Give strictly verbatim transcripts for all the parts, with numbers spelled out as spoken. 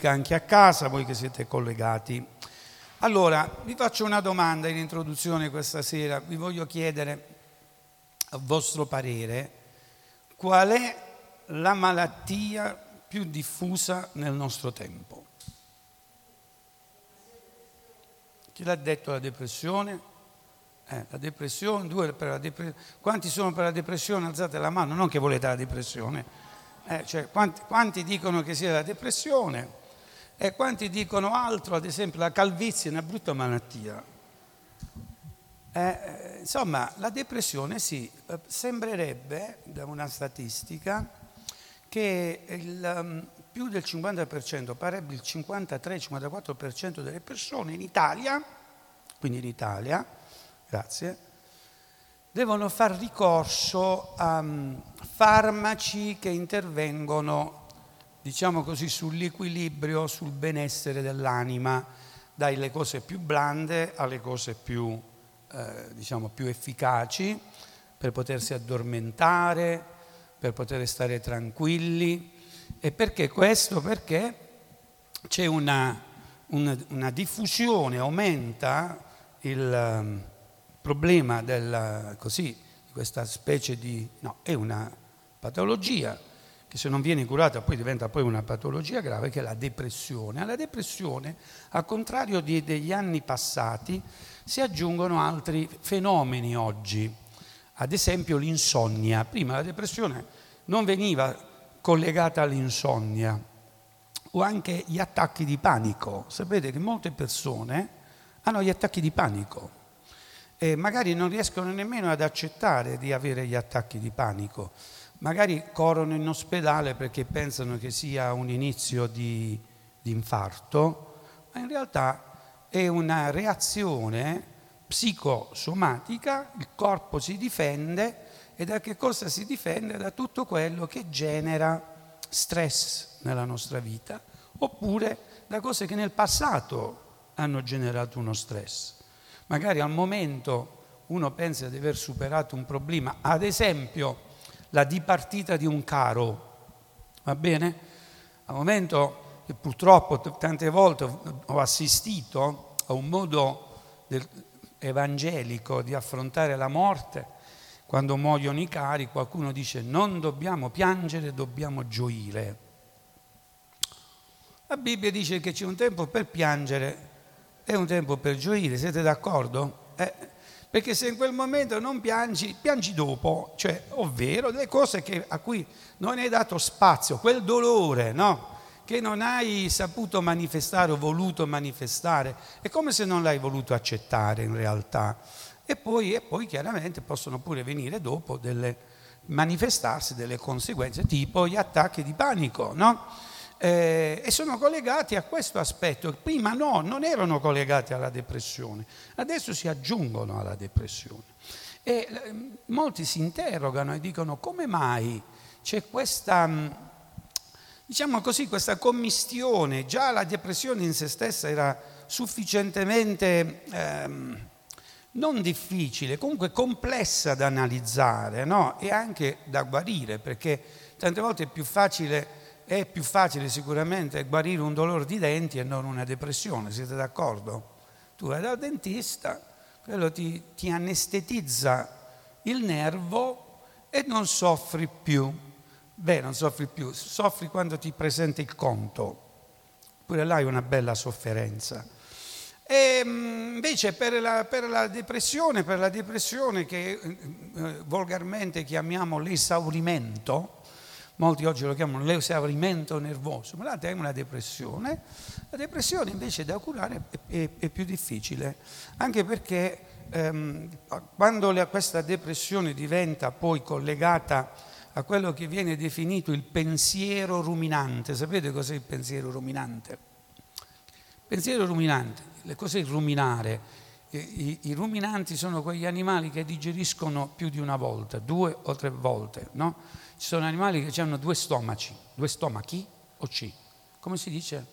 anche a casa, voi che siete collegati. Allora, vi faccio una domanda in introduzione questa sera, vi voglio chiedere a vostro parere qual è la malattia più diffusa nel nostro tempo. Chi l'ha detto la depressione? Eh, la depressione, due per la depressione. Quanti sono per la depressione? Alzate la mano, non che volete la depressione. Eh, cioè, quanti, quanti dicono che sia la depressione? E quanti dicono altro, ad esempio la calvizie è una brutta malattia. Eh, insomma, la depressione sì, sembrerebbe da una statistica che il, um, più del cinquanta per cento, parebbe il cinquantatré cinquantaquattro per cento delle persone in Italia, quindi in Italia, grazie, devono far ricorso a um, farmaci che intervengono, diciamo così, sull'equilibrio, sul benessere dell'anima, dalle cose più blande alle cose più, eh, diciamo, più efficaci, per potersi addormentare, per poter stare tranquilli. E perché questo? Perché c'è una, una, una diffusione, aumenta il um, problema del, così, di questa specie di... no, è una patologia che se non viene curata poi diventa poi una patologia grave, che è la depressione. Alla depressione, al contrario di, degli anni passati, si aggiungono altri fenomeni oggi, ad esempio l'insonnia. Prima la depressione non veniva collegata all'insonnia, o anche gli attacchi di panico. Sapete che molte persone hanno gli attacchi di panico e magari non riescono nemmeno ad accettare di avere gli attacchi di panico. Magari corrono in ospedale perché pensano che sia un inizio di, di infarto, ma in realtà è una reazione psicosomatica, il corpo si difende, e da che cosa si difende? Da tutto quello che genera stress nella nostra vita, oppure da cose che nel passato hanno generato uno stress. Magari al momento uno pensa di aver superato un problema, ad esempio la dipartita di un caro, va bene? Al momento che purtroppo tante volte ho assistito a un modo del, evangelico di affrontare la morte, quando muoiono i cari, qualcuno dice non dobbiamo piangere, dobbiamo gioire. La Bibbia dice che c'è un tempo per piangere e un tempo per gioire, siete d'accordo? Eh, Perché se in quel momento non piangi, piangi dopo, cioè, ovvero delle cose che, a cui non hai dato spazio, quel dolore, no? Che non hai saputo manifestare o voluto manifestare, è come se non l'hai voluto accettare in realtà. E poi, e poi chiaramente possono pure venire dopo delle, manifestarsi delle conseguenze, tipo gli attacchi di panico, no? Eh, e sono collegati a questo aspetto. Prima no, non erano collegati alla depressione, adesso si aggiungono alla depressione. E eh, molti si interrogano e dicono come mai c'è questa, diciamo così, questa commistione. Già la depressione in se stessa era sufficientemente ehm, non difficile, comunque complessa da analizzare, no? E anche da guarire, perché tante volte è più facile È più facile sicuramente guarire un dolore di denti e non una depressione, siete d'accordo? Tu vai dal dentista, quello ti, ti anestetizza il nervo e non soffri più. Beh, non soffri più, soffri quando ti presenta il conto, pure là è una bella sofferenza. E invece per la, per la depressione, per la depressione che eh, volgarmente chiamiamo l'esaurimento, molti oggi lo chiamano l'esaurimento nervoso, ma là è una depressione. La depressione invece da curare è, è, è più difficile, anche perché ehm, quando la, questa depressione diventa poi collegata a quello che viene definito il pensiero ruminante. Sapete cos'è il pensiero ruminante? Il pensiero ruminante, cos'è il ruminare? I, i, I ruminanti sono quegli animali che digeriscono più di una volta, due o tre volte, no? Ci sono animali che hanno due stomaci, due stomachi o C? Come si dice?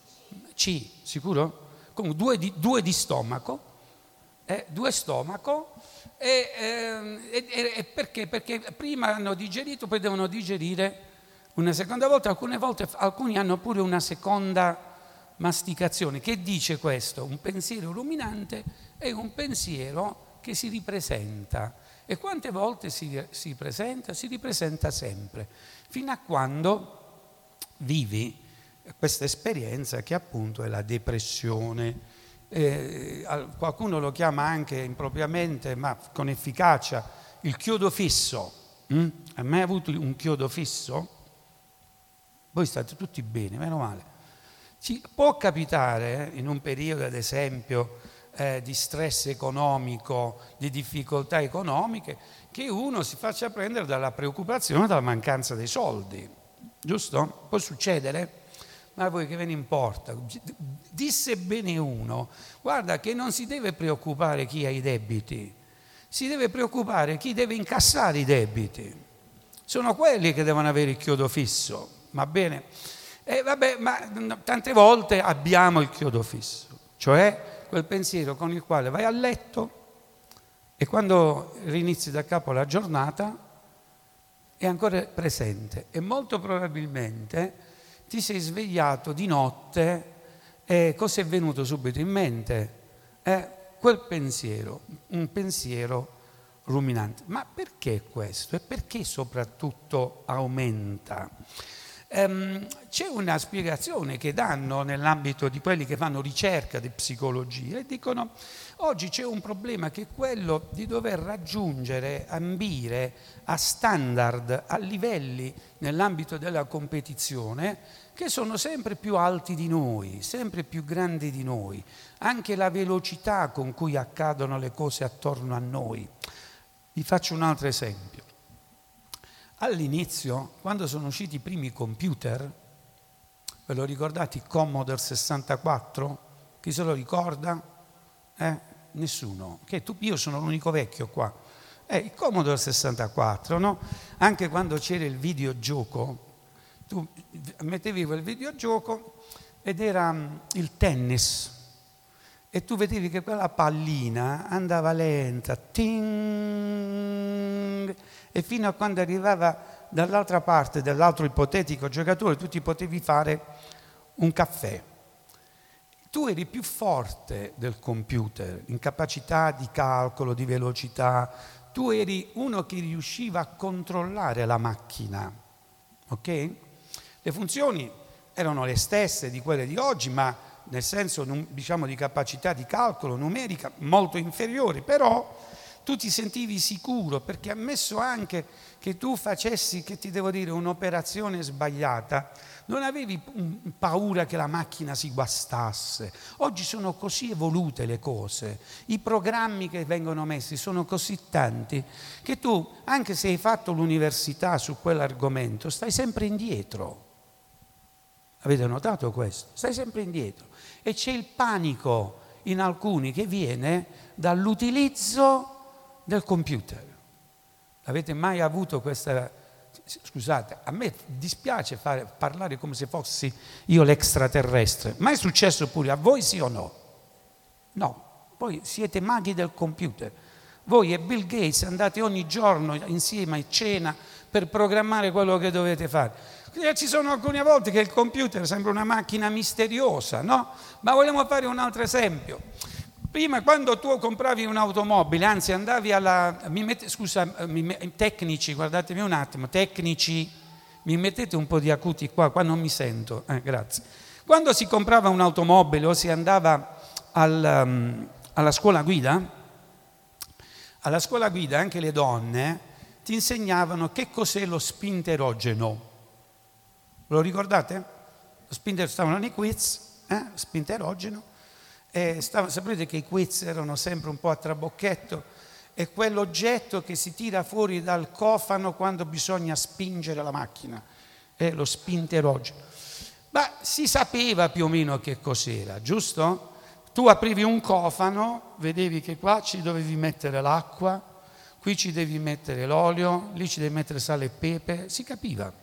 C, sicuro? Comunque due di, due di stomaco, eh, due stomaco, e, eh, e, e perché? Perché prima hanno digerito, poi devono digerire una seconda volta, alcune volte alcuni hanno pure una seconda masticazione. Che dice questo? Un pensiero ruminante è un pensiero che si ripresenta. E quante volte si, si presenta? Si ripresenta sempre, fino a quando vivi questa esperienza che appunto è la depressione. Eh, qualcuno lo chiama anche impropriamente, ma con efficacia, il chiodo fisso. Mm? Hai mai avuto un chiodo fisso? Voi state tutti bene, meno male. Ci può capitare eh, in un periodo, ad esempio, eh, di stress economico, di difficoltà economiche, che uno si faccia prendere dalla preoccupazione, dalla mancanza dei soldi, giusto? Può succedere? Ma a voi che ve ne importa? Disse bene uno, guarda che non si deve preoccupare chi ha i debiti, si deve preoccupare chi deve incassare i debiti. Sono quelli che devono avere il chiodo fisso, va bene? E vabbè, ma tante volte abbiamo il chiodo fisso, cioè quel pensiero con il quale vai a letto e quando rinizi da capo la giornata è ancora presente e molto probabilmente ti sei svegliato di notte e cosa è venuto subito in mente? Eh, quel pensiero, un pensiero ruminante. Ma perché questo? E perché soprattutto aumenta? Ehm, c'è una spiegazione che danno nell'ambito di quelli che fanno ricerca di psicologia e dicono oggi c'è un problema che è quello di dover raggiungere, ambire a standard, a livelli nell'ambito della competizione che sono sempre più alti di noi, sempre più grandi di noi, anche la velocità con cui accadono le cose attorno a noi. Vi faccio un altro esempio. All'inizio, quando sono usciti i primi computer, ve lo ricordate, i Commodore sessantaquattro? Chi se lo ricorda? Eh? Nessuno. Che tu, io sono l'unico vecchio qua. Eh, il Commodore sessantaquattro, no? Anche quando c'era il videogioco, tu mettevi quel videogioco ed era um, il tennis. E tu vedevi che quella pallina andava lenta, ting, e fino a quando arrivava dall'altra parte dell'altro ipotetico giocatore tu ti potevi fare un caffè. Tu eri più forte del computer, in capacità di calcolo, di velocità, tu eri uno che riusciva a controllare la macchina, ok? Le funzioni erano le stesse di quelle di oggi, ma nel senso, diciamo, di capacità di calcolo numerica molto inferiori, però tu ti sentivi sicuro perché ammesso anche che tu facessi, che ti devo dire, un'operazione sbagliata, non avevi paura che la macchina si guastasse. Oggi sono così evolute le cose, i programmi che vengono messi sono così tanti che tu, anche se hai fatto l'università su quell'argomento, stai sempre indietro. Avete notato questo? Stai sempre indietro. E c'è il panico in alcuni che viene dall'utilizzo del computer. Avete mai avuto questa... Scusate, a me dispiace fare, parlare come se fossi io l'extraterrestre. Ma è successo pure a voi, sì o no? No, voi siete maghi del computer. Voi e Bill Gates andate ogni giorno insieme a cena per programmare quello che dovete fare. Ci sono alcune volte che il computer sembra una macchina misteriosa, no? Ma vogliamo fare un altro esempio. Prima, quando tu compravi un'automobile, anzi andavi alla... Mi mette, scusa, mi, tecnici, guardatemi un attimo, tecnici, mi mettete un po' di acuti qua, qua non mi sento, eh, grazie. Quando si comprava un'automobile o si andava al, um, alla scuola guida, alla scuola guida anche le donne ti insegnavano che cos'è lo spinterogeno. Lo ricordate? Lo spinter, stavano nei quiz, eh? Spinterogeno, e stava, sapete che i quiz erano sempre un po' a trabocchetto, è quell'oggetto che si tira fuori dal cofano quando bisogna spingere la macchina, è lo spinterogeno. Ma si sapeva più o meno che cos'era, giusto? Tu aprivi un cofano, vedevi che qua ci dovevi mettere l'acqua, qui ci devi mettere l'olio, lì ci devi mettere sale e pepe, si capiva.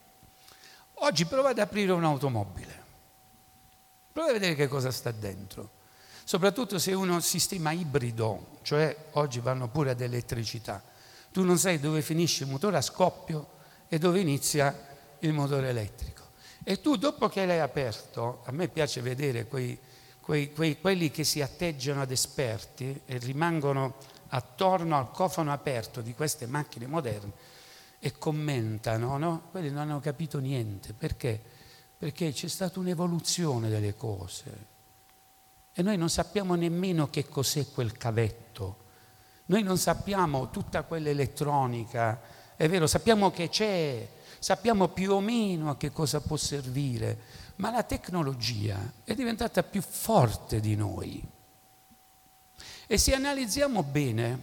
Oggi prova ad aprire un'automobile, prova a vedere che cosa sta dentro, soprattutto se è un sistema ibrido, cioè oggi vanno pure ad elettricità. Tu non sai dove finisce il motore a scoppio e dove inizia il motore elettrico. E tu dopo che l'hai aperto, a me piace vedere quei, quei, quei, quelli che si atteggiano ad esperti e rimangono attorno al cofano aperto di queste macchine moderne e commentano, no? Quelli non hanno capito niente. Perché? Perché c'è stata un'evoluzione delle cose e noi non sappiamo nemmeno che cos'è quel cavetto, noi non sappiamo tutta quell'elettronica, è vero, sappiamo che c'è, sappiamo più o meno a che cosa può servire, ma la tecnologia è diventata più forte di noi. E se analizziamo bene,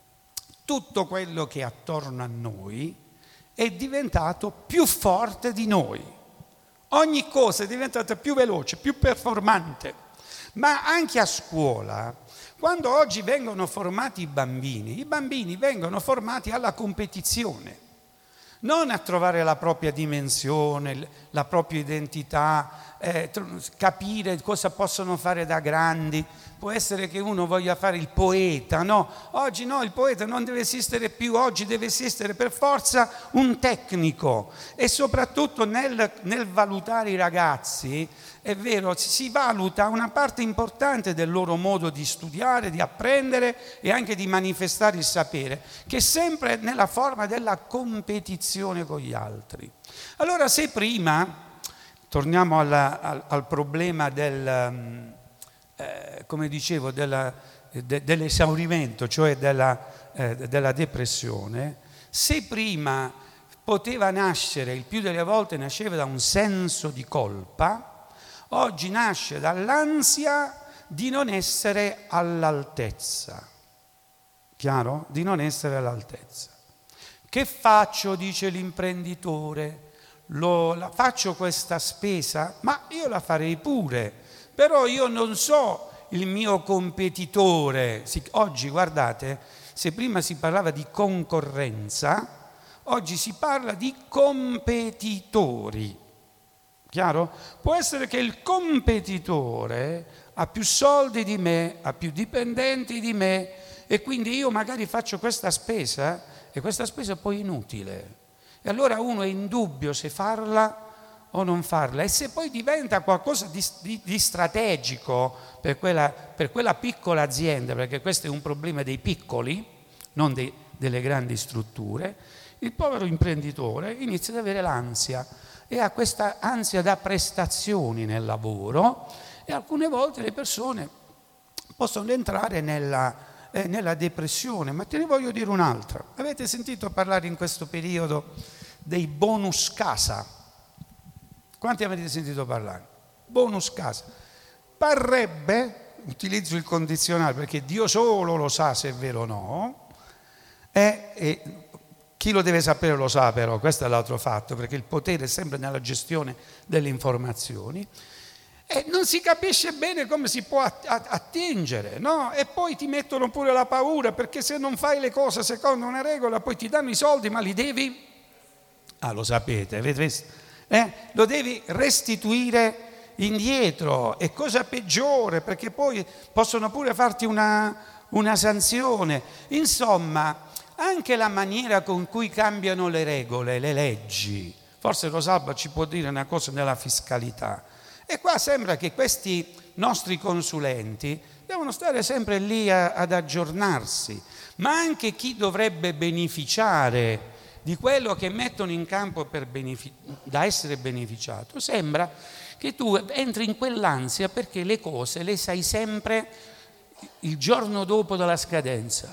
tutto quello che è attorno a noi è diventato più forte di noi. Ogni cosa è diventata più veloce, più performante. Ma anche a scuola, quando oggi vengono formati i bambini, i bambini vengono formati alla competizione. Non a trovare la propria dimensione, la propria identità, eh, capire cosa possono fare da grandi. Può essere che uno voglia fare il poeta, no? Oggi no, il poeta non deve esistere più, oggi deve esistere per forza un tecnico. E soprattutto nel, nel valutare i ragazzi, è vero, si valuta una parte importante del loro modo di studiare, di apprendere e anche di manifestare il sapere, che è sempre nella forma della competizione con gli altri. Allora se prima, torniamo alla, al, al problema del... Eh, come dicevo, della, de, dell'esaurimento, cioè della, eh, della depressione, se prima poteva nascere, il più delle volte nasceva da un senso di colpa, oggi nasce dall'ansia di non essere all'altezza. Chiaro? Di non essere all'altezza. Che faccio, dice l'imprenditore? Lo, la, faccio questa spesa? Ma io la farei pure. Però io non so il mio competitore. Oggi, guardate, se prima si parlava di concorrenza, oggi si parla di competitori. Chiaro? Può essere che il competitore ha più soldi di me, ha più dipendenti di me e quindi io magari faccio questa spesa e questa spesa è poi inutile. E allora uno è in dubbio se farla o non farla, e se poi diventa qualcosa di, di, di strategico per quella, per quella piccola azienda, perché questo è un problema dei piccoli, non dei, delle grandi strutture, il povero imprenditore inizia ad avere l'ansia e ha questa ansia da prestazioni nel lavoro e alcune volte le persone possono entrare nella, eh, nella depressione. Ma te ne voglio dire un'altra. Avete sentito parlare in questo periodo dei bonus casa? Quanti avete sentito parlare? Bonus casa. Parrebbe, utilizzo il condizionale perché Dio solo lo sa se è vero o no, e, e chi lo deve sapere lo sa però, questo è l'altro fatto, perché il potere è sempre nella gestione delle informazioni, e non si capisce bene come si può attingere, no? E poi ti mettono pure la paura, perché se non fai le cose secondo una regola poi ti danno i soldi, ma li devi... Ah, lo sapete, avete visto? Eh, lo devi restituire indietro, è cosa peggiore perché poi possono pure farti una, una sanzione. Insomma, anche la maniera con cui cambiano le regole, le leggi, forse Rosalba ci può dire una cosa nella fiscalità, e qua sembra che questi nostri consulenti devono stare sempre lì a, ad aggiornarsi, ma anche chi dovrebbe beneficiare di quello che mettono in campo per benefic- da essere beneficiato, sembra che tu entri in quell'ansia perché le cose le sai sempre il giorno dopo dalla scadenza.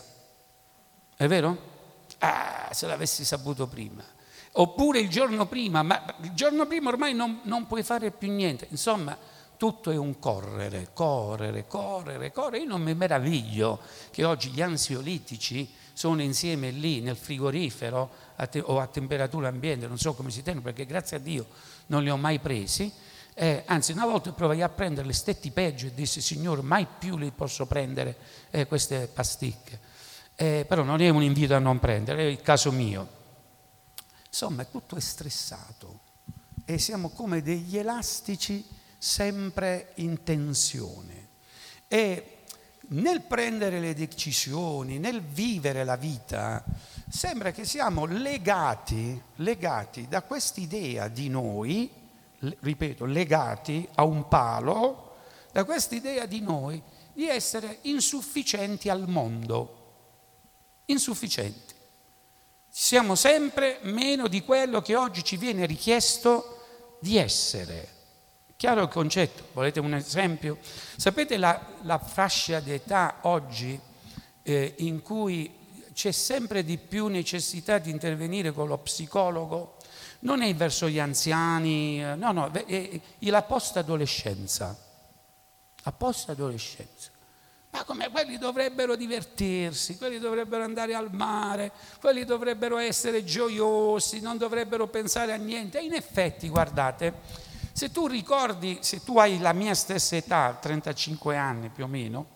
È vero? Ah, se l'avessi saputo prima. Oppure il giorno prima, ma il giorno prima ormai non, non puoi fare più niente. Insomma, tutto è un correre, correre, correre, correre. Io non mi meraviglio che oggi gli ansiolitici sono insieme lì nel frigorifero a te- o a temperatura ambiente, non so come si tengono, perché grazie a Dio non li ho mai presi. Eh, anzi, una volta provai a prenderli, stetti peggio e dissi: Signore, mai più li posso prendere eh, queste pasticche. Eh, però non è un invito a non prendere, è il caso mio. Insomma, tutto è stressato e siamo come degli elastici sempre in tensione. E nel prendere le decisioni, nel vivere la vita, sembra che siamo legati, legati da quest'idea di noi ripeto, legati a un palo da questa idea di noi di essere insufficienti al mondo, insufficienti. Siamo sempre meno di quello che oggi ci viene richiesto di essere. Chiaro il concetto? Volete un esempio? Sapete la, la fascia d'età oggi eh, in cui c'è sempre di più necessità di intervenire con lo psicologo? Non è verso gli anziani, no, no, è la post-adolescenza. La post-adolescenza. Ma come quelli dovrebbero divertirsi, quelli dovrebbero andare al mare, quelli dovrebbero essere gioiosi, non dovrebbero pensare a niente. E in effetti, guardate, se tu ricordi, se tu hai la mia stessa età, trentacinque anni più o meno,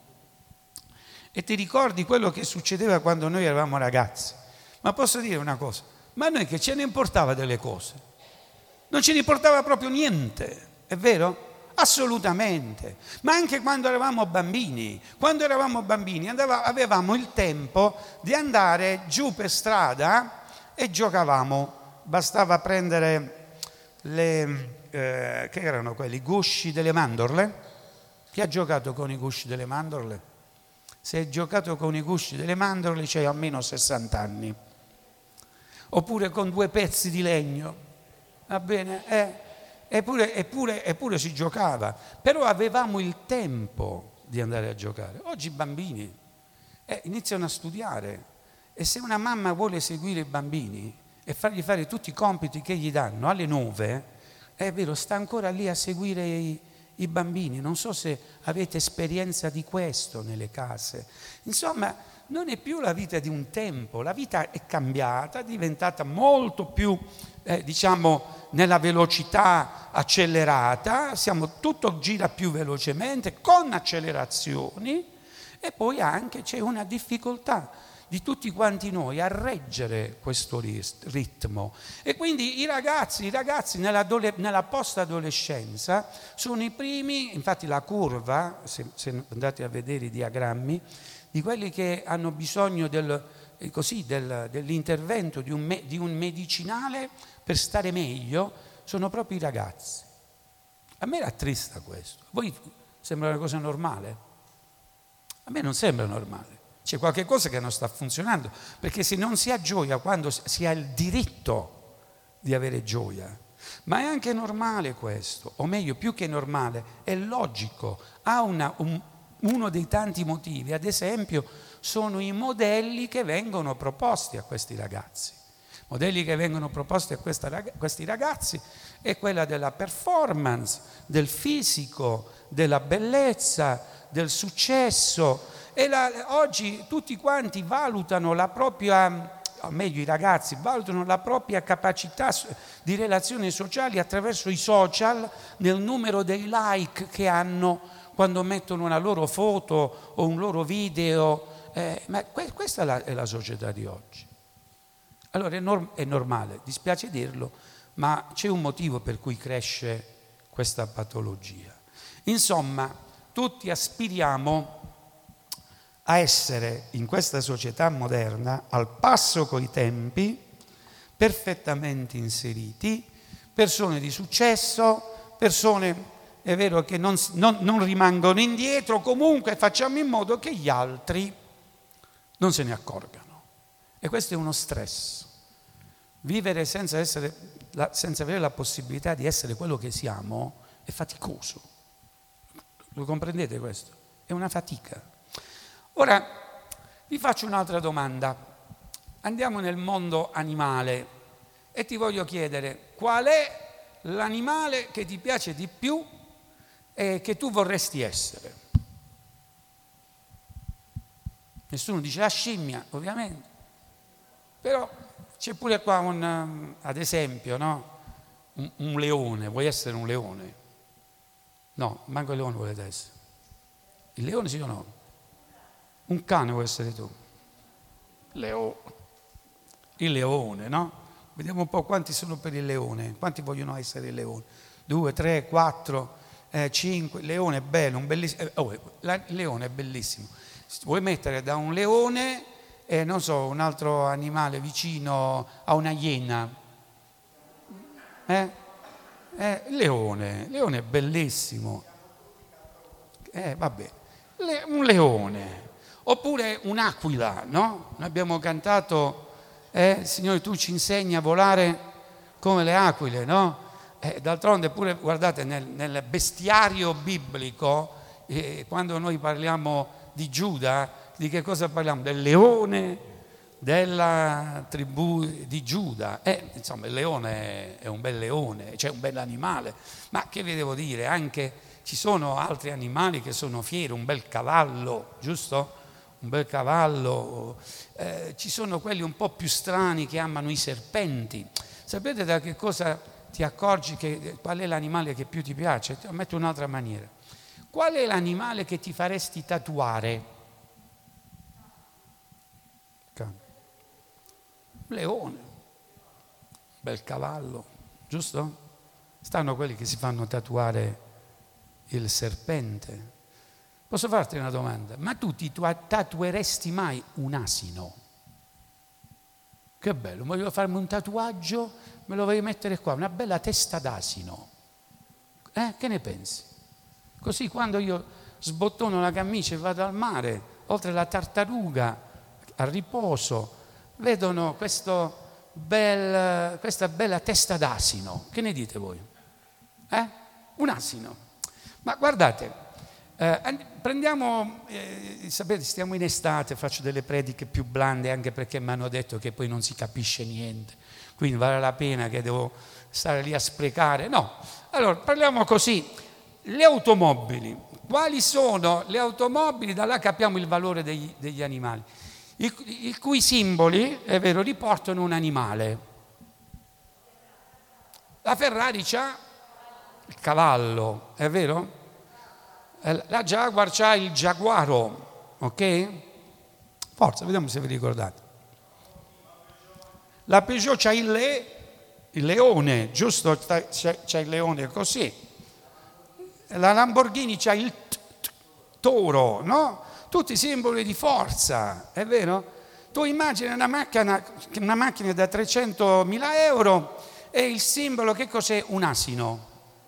e ti ricordi quello che succedeva quando noi eravamo ragazzi, ma posso dire una cosa, ma a noi che ce ne importava delle cose? Non ce ne importava proprio niente, è vero? Assolutamente, ma anche quando eravamo bambini, quando eravamo bambini andava, avevamo il tempo di andare giù per strada e giocavamo, bastava prendere le, eh, che erano quelli, gusci delle mandorle. Chi ha giocato con i gusci delle mandorle? Se hai giocato con i gusci delle mandorle c'hai almeno sessanta anni, oppure con due pezzi di legno, va bene? Eh. Eppure, eppure, eppure si giocava, però avevamo il tempo di andare a giocare. Oggi i bambini eh, iniziano a studiare e se una mamma vuole seguire i bambini e fargli fare tutti i compiti che gli danno alle nove, è vero, sta ancora lì a seguire i, i bambini. Non so se avete esperienza di questo nelle case. Insomma, non è più la vita di un tempo, la vita è cambiata, è diventata molto più, eh, diciamo, nella velocità accelerata, siamo, tutto gira più velocemente, con accelerazioni, e poi anche c'è una difficoltà di tutti quanti noi a reggere questo ritmo. E quindi i ragazzi, i ragazzi nella, nella post-adolescenza sono i primi, infatti la curva, se, se andate a vedere i diagrammi, di quelli che hanno bisogno del, eh, così, del, dell'intervento di un, me, di un medicinale per stare meglio, sono proprio i ragazzi. A me rattrista questo. A voi sembra una cosa normale? A me non sembra normale. C'è qualche cosa che non sta funzionando, perché se non si ha gioia quando si ha il diritto di avere gioia, ma è anche normale questo, o meglio, più che normale, è logico, ha una, un, uno dei tanti motivi, ad esempio, sono i modelli che vengono proposti a questi ragazzi. Modelli che vengono proposti a questa, questi ragazzi è quella della performance, del fisico, della bellezza, del successo. E la, oggi tutti quanti valutano la propria, o meglio i ragazzi, valutano la propria capacità di relazioni sociali attraverso i social, nel numero dei like che hanno quando mettono una loro foto o un loro video. Eh, ma que- questa è la, è la società di oggi. Allora è, norm- è normale, dispiace dirlo, ma c'è un motivo per cui cresce questa patologia. Insomma, tutti aspiriamo a essere in questa società moderna al passo coi tempi, perfettamente inseriti, persone di successo, persone, è vero, che non, non, non rimangono indietro, comunque facciamo in modo che gli altri non se ne accorgano. E questo è uno stress. Vivere senza, essere, senza avere la possibilità di essere quello che siamo è faticoso. Lo comprendete questo? È una fatica. Ora, vi faccio un'altra domanda. Andiamo nel mondo animale e ti voglio chiedere qual è l'animale che ti piace di più e che tu vorresti essere? Nessuno dice la scimmia, ovviamente. Però c'è pure qua un, ad esempio, no? Un, un leone, vuoi essere un leone? No, manco il leone volete essere. Il leone sì o no? Un cane vuoi essere tu? Leo. Il leone, no? Vediamo un po' quanti sono per il leone, quanti vogliono essere il leone? Due, tre, quattro, eh, cinque. Il leone è bello, un bellissimo. Oh, il leone è bellissimo. Vuoi mettere da un leone e non so, un altro animale vicino a una iena? Eh? Eh, il leone, il leone è bellissimo. Eh, vabbè, Le, un leone. Oppure un'aquila, no? Noi abbiamo cantato, eh, Signore, tu ci insegni a volare come le aquile, no? Eh, d'altronde pure, guardate, nel, nel bestiario biblico, eh, quando noi parliamo di Giuda, di che cosa parliamo? Del leone della tribù di Giuda. Eh, insomma, il leone è un bel leone, cioè un bel animale. Ma che vi devo dire? Anche ci sono altri animali che sono fieri, un bel cavallo, giusto? Un bel cavallo. Eh, ci sono quelli un po' più strani che amano i serpenti. Sapete da che cosa ti accorgi che, qual è l'animale che più ti piace? Ti metto un'altra maniera. Qual è l'animale che ti faresti tatuare? Leone, bel cavallo, giusto? Stanno quelli che si fanno tatuare il serpente. Posso farti una domanda? Ma tu ti tatueresti mai un asino? Che bello, voglio farmi un tatuaggio, me lo voglio mettere qua, una bella testa d'asino. Eh, che ne pensi? Così quando io sbottono la camicia e vado al mare, oltre la tartaruga, a riposo, vedono questo bel, questa bella testa d'asino. Che ne dite voi? Eh? Un asino. Ma guardate, eh, prendiamo, eh, sapete, stiamo in estate, faccio delle prediche più blande anche perché mi hanno detto che poi non si capisce niente, quindi vale la pena che devo stare lì a sprecare. No, allora parliamo così. Le automobili. Quali sono le automobili? Da là capiamo il valore degli, degli animali. I, i cui simboli, è vero, riportano un animale. La Ferrari c'ha il cavallo, è vero? La Jaguar c'ha il giaguaro, ok? Forza, vediamo se vi ricordate. La Peugeot c'ha il, le, il leone, giusto? C'è, c'è il leone così. La Lamborghini c'ha il t- t- toro, no? Tutti simboli di forza, è vero? Tu immagini una macchina, una macchina da trecentomila euro e il simbolo che cos'è? Un asino.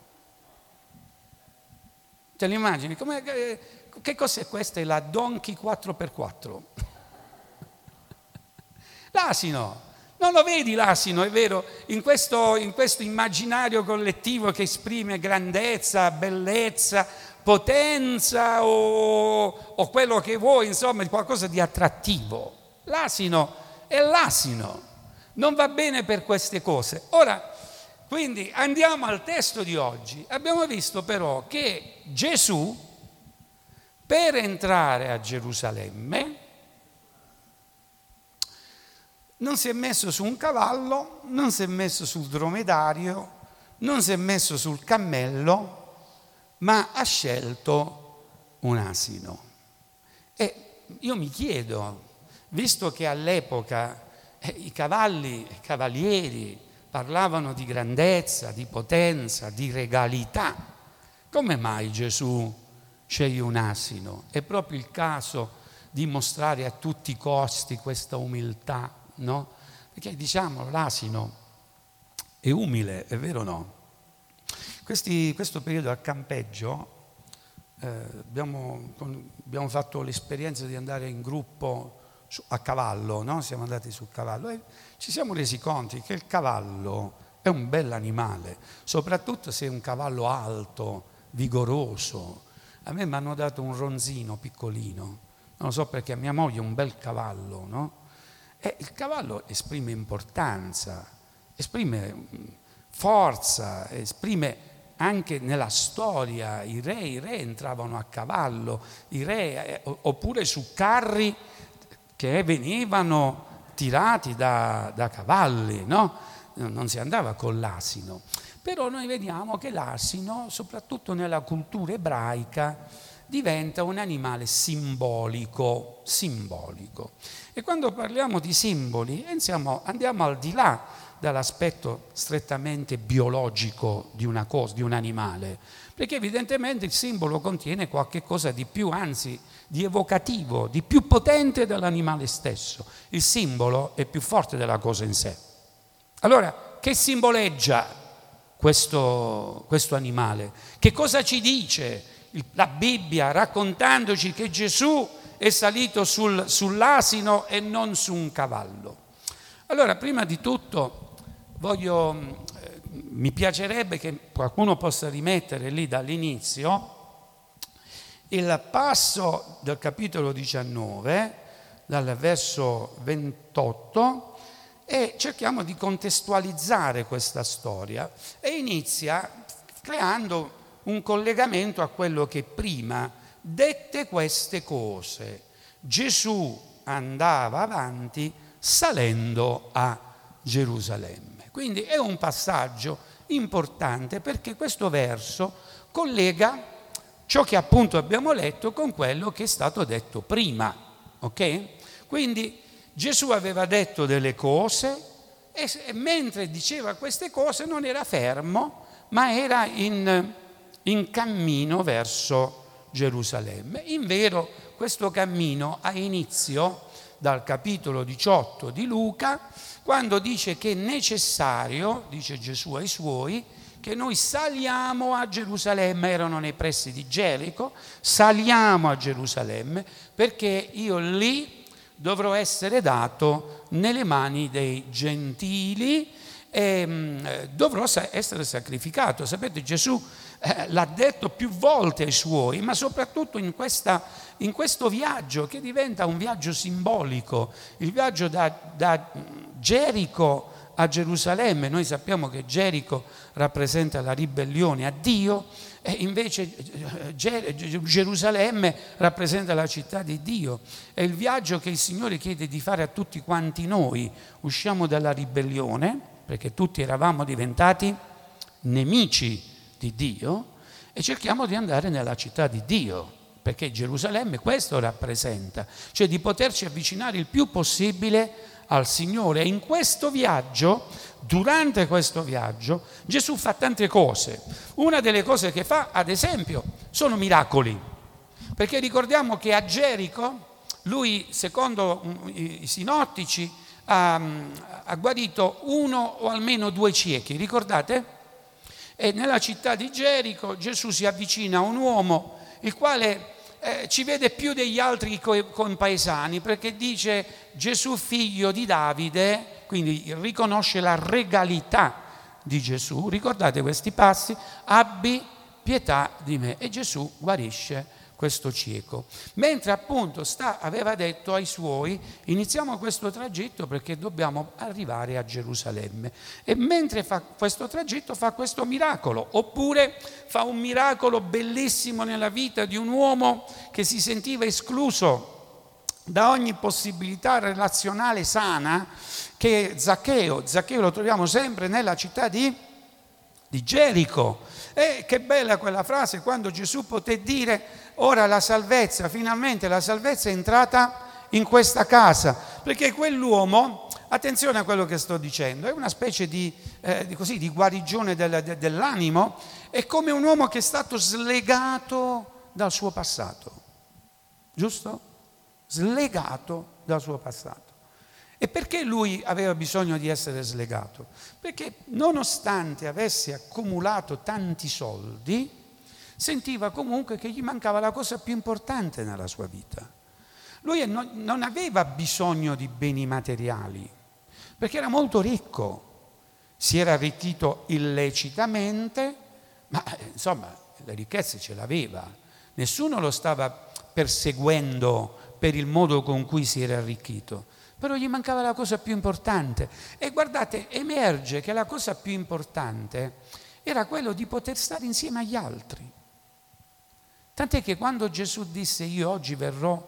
Te lo immagini? Come, che cos'è questa? È la Donkey quattro per quattro. L'asino. Non lo vedi l'asino, è vero? In questo, in questo immaginario collettivo che esprime grandezza, bellezza, potenza o, o quello che vuoi, insomma, qualcosa di attrattivo. L'asino è l'asino, non va bene per queste cose. Ora, quindi andiamo al testo di oggi. Abbiamo visto però che Gesù, per entrare a Gerusalemme, non si è messo su un cavallo, non si è messo sul dromedario, non si è messo sul cammello, ma ha scelto un asino. E io mi chiedo, visto che all'epoca eh, i cavalli, i cavalieri parlavano di grandezza, di potenza, di regalità, come mai Gesù sceglie un asino? È proprio il caso di mostrare a tutti i costi questa umiltà, no? Perché diciamo l'asino è umile, è vero o no? Questi, questo periodo a campeggio eh, abbiamo, abbiamo fatto l'esperienza di andare in gruppo su, a cavallo, no? Siamo andati sul cavallo e ci siamo resi conto che il cavallo è un bell'animale, soprattutto se è un cavallo alto, vigoroso. A me mi hanno dato un ronzino piccolino, non lo so perché a mia moglie è un bel cavallo, no? E il cavallo esprime importanza, esprime forza, esprime anche nella storia i re, i re entravano a cavallo, i re, eh, oppure su carri che venivano tirati da, da cavalli, no? Non si andava con l'asino. Però noi vediamo che l'asino, soprattutto nella cultura ebraica, diventa un animale simbolico, simbolico. E quando parliamo di simboli andiamo, andiamo al di là dall'aspetto strettamente biologico di una cosa, di un animale, perché evidentemente il simbolo contiene qualche cosa di più, anzi di evocativo, di più potente dell'animale stesso. Il simbolo è più forte della cosa in sé. Allora, che simboleggia questo, questo animale. Che cosa ci dice la Bibbia raccontandoci che Gesù è salito sul, sull'asino e non su un cavallo? Allora, prima di tutto voglio, eh, mi piacerebbe che qualcuno possa rimettere lì dall'inizio il passo del capitolo diciannove, dal verso ventotto, e cerchiamo di contestualizzare questa storia, e inizia creando un collegamento a quello che prima dette queste cose. Gesù andava avanti salendo a Gerusalemme. Quindi è un passaggio importante, perché questo verso collega ciò che appunto abbiamo letto con quello che è stato detto prima, ok? Quindi Gesù aveva detto delle cose e, e mentre diceva queste cose non era fermo, ma era in, in cammino verso Gerusalemme. Invero questo cammino ha inizio dal capitolo diciotto di Luca, quando dice che è necessario, dice Gesù ai suoi, che noi saliamo a Gerusalemme. Erano nei pressi di Gerico, saliamo a Gerusalemme perché io lì dovrò essere dato nelle mani dei gentili e mh, dovrò sa- essere sacrificato. Sapete, Gesù eh, l'ha detto più volte ai suoi, ma soprattutto in, questa, in questo viaggio che diventa un viaggio simbolico, il viaggio da, da Gerico a Gerusalemme. Noi sappiamo che Gerico rappresenta la ribellione a Dio, e invece Gerusalemme rappresenta la città di Dio. È il viaggio che il Signore chiede di fare a tutti quanti noi. Usciamo dalla ribellione, perché tutti eravamo diventati nemici di Dio, e cerchiamo di andare nella città di Dio, perché Gerusalemme questo rappresenta, cioè di poterci avvicinare il più possibile al Signore. E in questo viaggio, durante questo viaggio, Gesù fa tante cose. Una delle cose che fa, ad esempio, sono miracoli, perché ricordiamo che a Gerico lui, secondo i sinottici, ha, ha guarito uno o almeno due ciechi, ricordate? E nella città di Gerico Gesù si avvicina a un uomo il quale Eh, ci vede più degli altri co- compaesani, perché dice Gesù figlio di Davide, quindi riconosce la regalità di Gesù. Ricordate questi passi? Abbi pietà di me. E Gesù guarisce questo cieco. Mentre appunto sta, aveva detto ai suoi: iniziamo questo tragitto perché dobbiamo arrivare a Gerusalemme. E mentre fa questo tragitto fa questo miracolo. Oppure fa un miracolo bellissimo nella vita di un uomo che si sentiva escluso da ogni possibilità relazionale sana, che è Zaccheo. Zaccheo lo troviamo sempre nella città di, di Gerico. E che bella quella frase quando Gesù poté dire: ora la salvezza, finalmente la salvezza è entrata in questa casa, perché quell'uomo, attenzione a quello che sto dicendo, è una specie di, eh, di, così, di guarigione del, de, dell'animo. È come un uomo che è stato slegato dal suo passato, giusto? Slegato dal suo passato. E perché lui aveva bisogno di essere slegato? Perché nonostante avesse accumulato tanti soldi, sentiva comunque che gli mancava la cosa più importante nella sua vita. Lui non aveva bisogno di beni materiali, perché era molto ricco, si era arricchito illecitamente, ma insomma le ricchezze ce l'aveva, nessuno lo stava perseguendo per il modo con cui si era arricchito, però gli mancava la cosa più importante. E guardate, emerge che la cosa più importante era quello di poter stare insieme agli altri. Tant'è che quando Gesù disse: io oggi verrò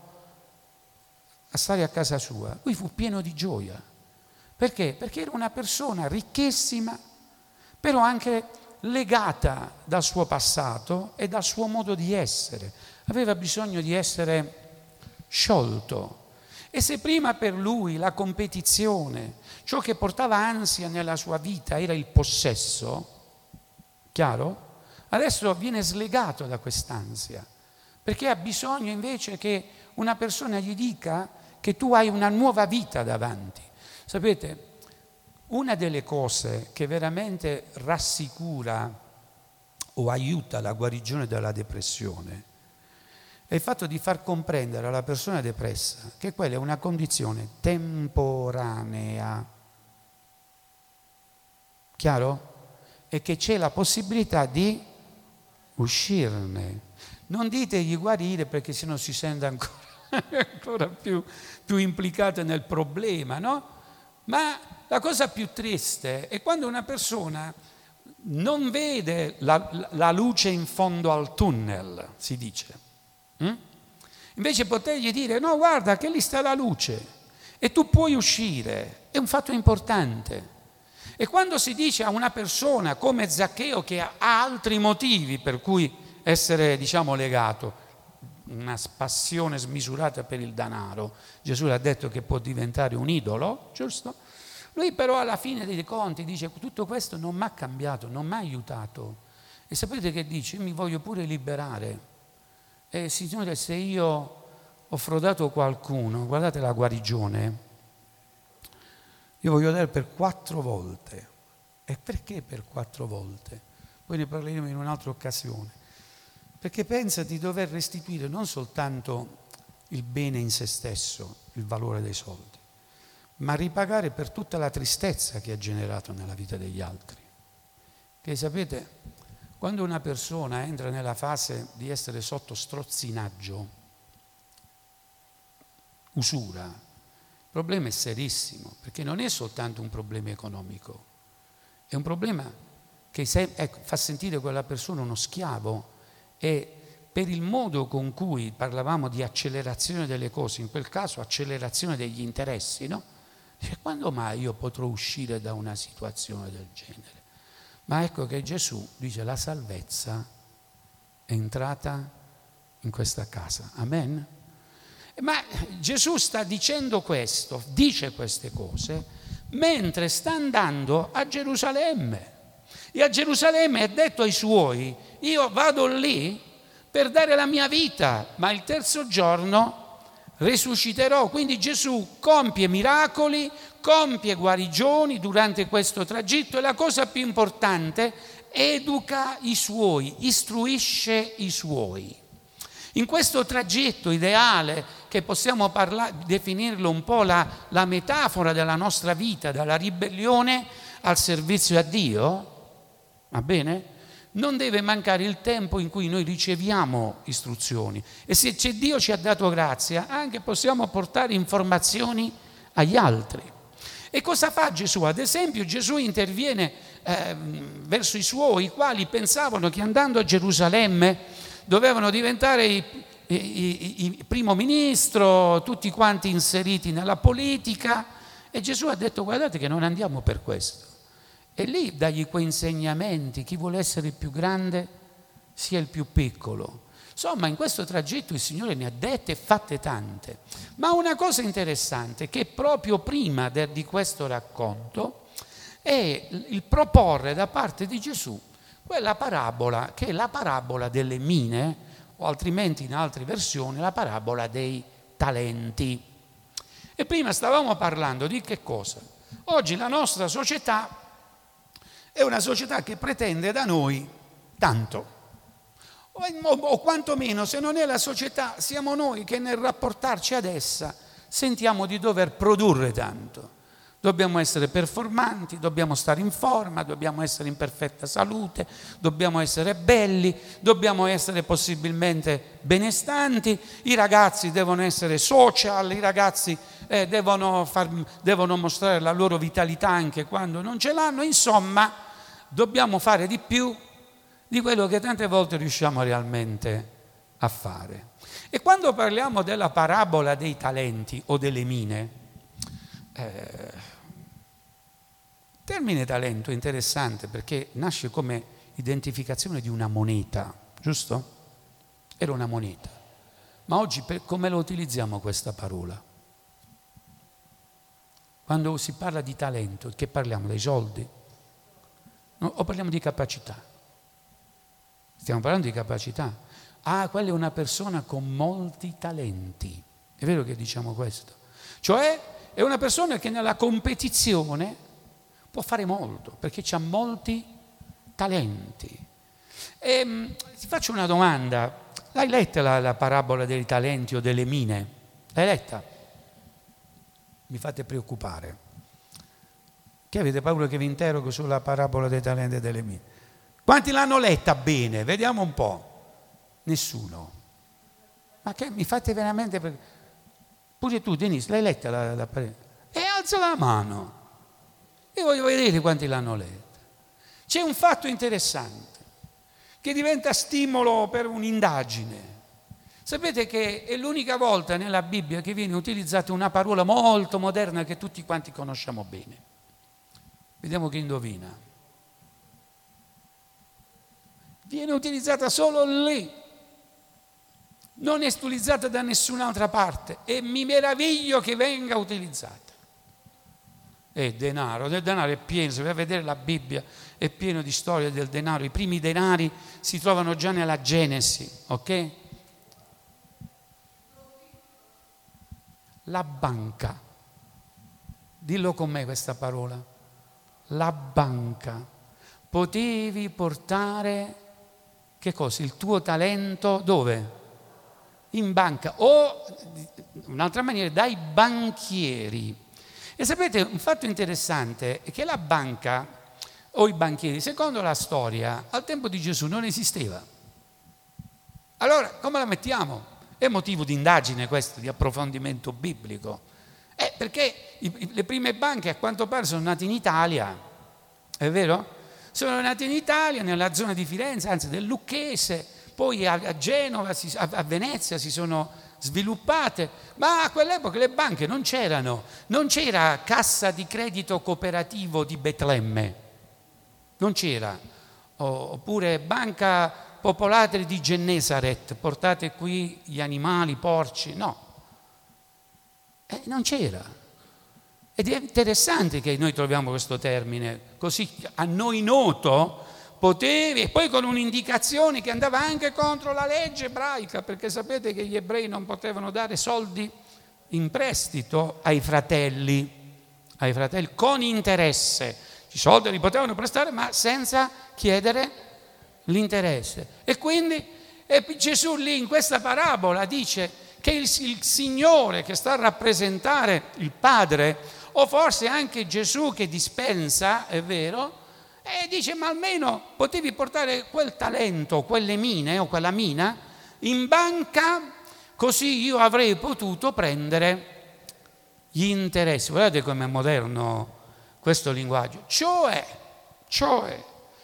a stare a casa sua, lui fu pieno di gioia. Perché? Perché era una persona ricchissima, però anche legata dal suo passato e dal suo modo di essere. Aveva bisogno di essere sciolto. E se prima per lui la competizione, ciò che portava ansia nella sua vita era il possesso, chiaro? Adesso viene slegato da quest'ansia, perché ha bisogno invece che una persona gli dica che tu hai una nuova vita davanti. Sapete, Una delle cose che veramente rassicura o aiuta la guarigione dalla depressione è il fatto di far comprendere alla persona depressa che quella è una condizione temporanea. Chiaro? E che c'è la possibilità di uscirne. Non ditegli guarire perché sennò si sente ancora, ancora più, più implicato nel problema, no? Ma la cosa più triste è quando una persona non vede la, la luce in fondo al tunnel, si dice. Mm? Invece potergli dire, no, guarda che lì sta la luce e tu puoi uscire, è un fatto importante. E quando si dice a una persona come Zaccheo che ha altri motivi per cui essere, diciamo, legato, una passione smisurata per il denaro, Gesù ha detto che può diventare un idolo, giusto? Lui però alla fine dei conti dice tutto questo non mi ha cambiato, non mi ha aiutato. E sapete che dice? Io mi voglio pure liberare. E Signore, se io ho frodato qualcuno, guardate la guarigione, io voglio dare per quattro volte. E perché per quattro volte? Poi ne parleremo in un'altra occasione. Perché pensa di dover restituire non soltanto il bene in se stesso, il valore dei soldi, ma ripagare per tutta la tristezza che ha generato nella vita degli altri. Che sapete, quando una persona entra nella fase di essere sotto strozzinaggio, usura, il problema è serissimo, perché non è soltanto un problema economico, è un problema che se, ecco, fa sentire quella persona uno schiavo, e per il modo con cui parlavamo di accelerazione delle cose, in quel caso accelerazione degli interessi, no? Dice, quando mai io potrò uscire da una situazione del genere? Ma ecco che Gesù dice la salvezza è entrata in questa casa. Amen? Ma Gesù sta dicendo questo, dice queste cose, mentre sta andando a Gerusalemme. E a Gerusalemme ha detto ai suoi, io vado lì per dare la mia vita, ma il terzo giorno risusciterò. Quindi Gesù compie miracoli, compie guarigioni durante questo tragitto e la cosa più importante, educa i suoi, istruisce i suoi. In questo tragitto ideale, che possiamo parlare, definirlo un po' la, la metafora della nostra vita, dalla ribellione al servizio a Dio, va bene? Non deve mancare il tempo in cui noi riceviamo istruzioni e se c'è Dio ci ha dato grazia, anche possiamo portare informazioni agli altri. E cosa fa Gesù? Ad esempio Gesù interviene eh, verso i suoi, i quali pensavano che andando a Gerusalemme dovevano diventare i, i, i, i primo ministro, tutti quanti inseriti nella politica, e Gesù ha detto guardate che non andiamo per questo. E lì dagli quei insegnamenti, chi vuole essere il più grande sia il più piccolo. Insomma, in questo tragitto il Signore ne ha dette e fatte tante. Ma una cosa interessante, che proprio prima de, di questo racconto, è il proporre da parte di Gesù quella parabola, che è la parabola delle mine, o altrimenti in altre versioni la parabola dei talenti. E prima stavamo parlando di che cosa? Oggi la nostra società è una società che pretende da noi tanto, o, o quantomeno se non è la società siamo noi che nel rapportarci ad essa sentiamo di dover produrre tanto. Dobbiamo essere performanti, dobbiamo stare in forma, dobbiamo essere in perfetta salute, dobbiamo essere belli, dobbiamo essere possibilmente benestanti, i ragazzi devono essere social, i ragazzi eh, devono, far, devono mostrare la loro vitalità anche quando non ce l'hanno, insomma dobbiamo fare di più di quello che tante volte riusciamo realmente a fare. E quando parliamo della parabola dei talenti o delle mine, eh, il termine talento è interessante perché nasce come identificazione di una moneta, giusto? Era una moneta. Ma oggi per, come lo utilizziamo questa parola? Quando si parla di talento, che parliamo? Dei soldi? No, o parliamo di capacità? Stiamo parlando di capacità. Ah, quella è una persona con molti talenti. È vero che diciamo questo? Cioè è una persona che nella competizione può fare molto, perché ha molti talenti. E, ti faccio una domanda, l'hai letta la, la parabola dei talenti o delle mine? L'hai letta? Mi fate preoccupare. Che avete paura che vi interrogo sulla parabola dei talenti e delle mine? Quanti l'hanno letta bene? Vediamo un po'. Nessuno. Ma che mi fate veramente... Pure tu, Denise, l'hai letta la, la parabola? E alza la mano. Io voglio vedere quanti l'hanno letta. C'è un fatto interessante che diventa stimolo per un'indagine. Sapete che è l'unica volta nella Bibbia che viene utilizzata una parola molto moderna che tutti quanti conosciamo bene. Vediamo chi indovina. Viene utilizzata solo lì, non è utilizzata da nessun'altra parte e mi meraviglio che venga utilizzata. È denaro, del denaro è pieno, se vai a vedere la Bibbia è pieno di storie del denaro, i primi denari si trovano già nella Genesi, ok? La banca, dillo con me questa parola, la banca, potevi portare, che cosa? Il tuo talento dove? In banca o, un'altra maniera, dai banchieri. E sapete, un fatto interessante è che la banca o i banchieri, secondo la storia, al tempo di Gesù non esisteva. Allora, come la mettiamo? È motivo di indagine questo, di approfondimento biblico. Eh, perché i, le prime banche a quanto pare sono nate in Italia, è vero? Sono nate in Italia, nella zona di Firenze, anzi del Lucchese, poi a, a Genova, si, a, a Venezia si sono sviluppate, ma a quell'epoca le banche non c'erano, non c'era Cassa di Credito Cooperativo di Betlemme, non c'era, oppure Banca Popolare di Gennesaret, portate qui gli animali, i porci, no, eh, non c'era. Ed è interessante che noi troviamo questo termine, così a noi noto, potevi, e poi con un'indicazione che andava anche contro la legge ebraica, perché sapete che gli ebrei non potevano dare soldi in prestito ai fratelli, ai fratelli con interesse. I soldi li potevano prestare, ma senza chiedere l'interesse. E quindi e Gesù lì in questa parabola dice che il, il Signore che sta a rappresentare il Padre, o forse anche Gesù che dispensa, è vero, e dice ma almeno potevi portare quel talento, quelle mine o quella mina in banca, così io avrei potuto prendere gli interessi. Guardate com'è moderno questo linguaggio. Cioè, cioè,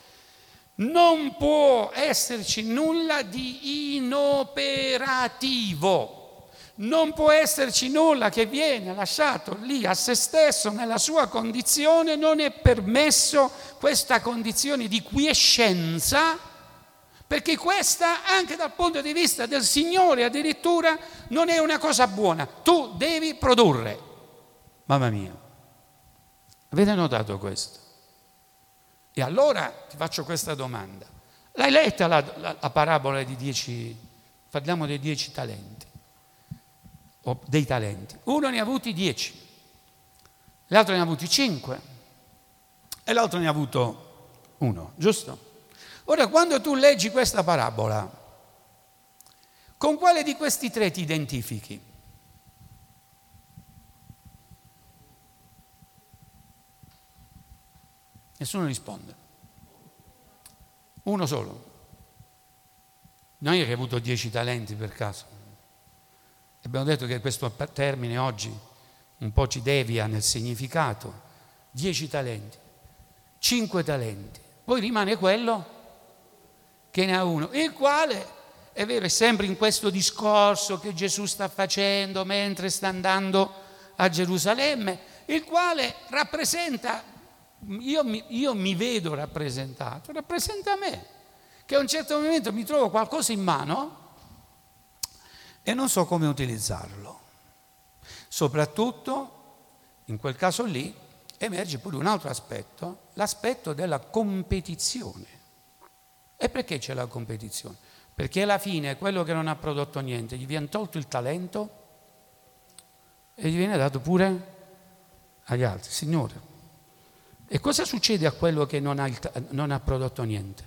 non può esserci nulla di inoperativo. Non può esserci nulla che viene lasciato lì a se stesso nella sua condizione, non è permesso questa condizione di quiescenza, perché questa anche dal punto di vista del Signore addirittura non è una cosa buona. Tu devi produrre. Mamma mia, avete notato questo? E allora ti faccio questa domanda. L'hai letta la, la, la parabola di dieci, parliamo dei dieci talenti? O dei talenti. Uno ne ha avuti dieci, l'altro ne ha avuti cinque e l'altro ne ha avuto uno, giusto? Ora, quando tu leggi questa parabola, con quale di questi tre ti identifichi? Nessuno risponde. Uno solo. Non è che hai avuto dieci talenti per caso. Abbiamo detto che questo termine oggi un po' ci devia nel significato. Dieci talenti, cinque talenti, poi rimane quello che ne ha uno, il quale, è vero, è sempre in questo discorso che Gesù sta facendo mentre sta andando a Gerusalemme, il quale rappresenta, io mi, io mi vedo rappresentato, rappresenta me, che a un certo momento mi trovo qualcosa in mano e non so come utilizzarlo. Soprattutto in quel caso lì emerge pure un altro aspetto, l'aspetto della competizione. E perché c'è la competizione? Perché alla fine quello che non ha prodotto niente gli viene tolto il talento e gli viene dato pure agli altri. Signore, E cosa succede a quello che non ha, il, non ha prodotto niente?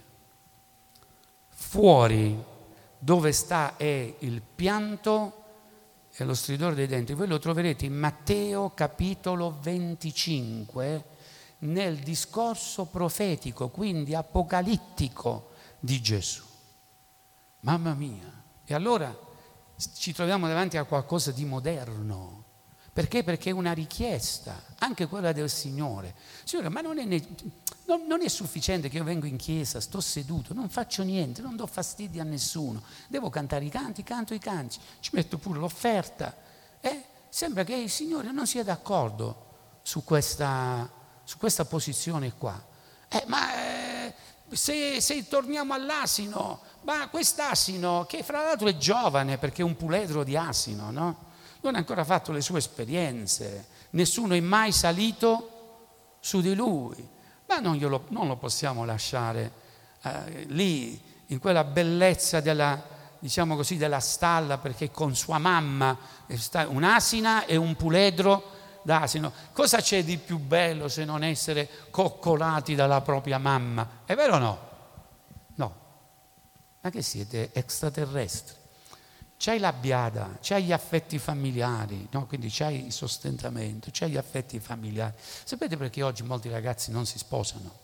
Fuori, dove sta è il pianto e lo stridore dei denti. Voi lo troverete in Matteo capitolo venticinque, nel discorso profetico, quindi apocalittico di Gesù. Mamma mia! E allora ci troviamo davanti a qualcosa di moderno. Perché? Perché è una richiesta, anche quella del Signore. Signore, ma non è, ne- non, non è sufficiente che io vengo in chiesa, sto seduto, non faccio niente, non do fastidio a nessuno. Devo cantare i canti, canto i canti, ci metto pure l'offerta. Eh? Sembra che il Signore non sia d'accordo su questa, su questa posizione qua. Eh, ma eh, se, se torniamo all'asino, ma quest'asino, che fra l'altro è giovane perché è un puledro di asino, no? Non ha ancora fatto le sue esperienze, nessuno è mai salito su di lui, ma non, glielo, non lo possiamo lasciare eh, lì, in quella bellezza della, diciamo così, della stalla, perché con sua mamma sta un'asina e un puledro d'asino. Cosa c'è di più bello se non essere coccolati dalla propria mamma? È vero o no? No. Ma che siete extraterrestri? C'hai la biada, c'hai gli affetti familiari, no? Quindi c'hai il sostentamento, c'hai gli affetti familiari. Sapete perché oggi molti ragazzi non si sposano?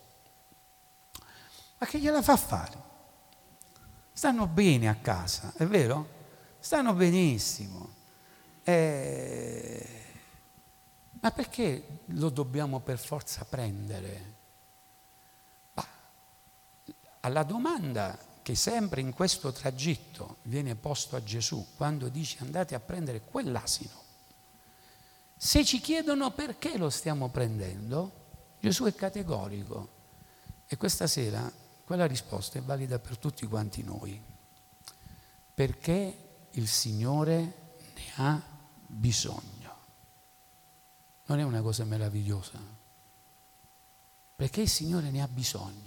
Ma che gliela fa fare? Stanno bene a casa, è vero? Stanno benissimo. Eh... Ma perché lo dobbiamo per forza prendere? Ma alla domanda che sempre in questo tragitto viene posto a Gesù quando dice andate a prendere quell'asino, se ci chiedono perché lo stiamo prendendo, Gesù è categorico e questa sera quella risposta è valida per tutti quanti noi, perché il Signore ne ha bisogno. Non è una cosa meravigliosa? Perché il Signore ne ha bisogno.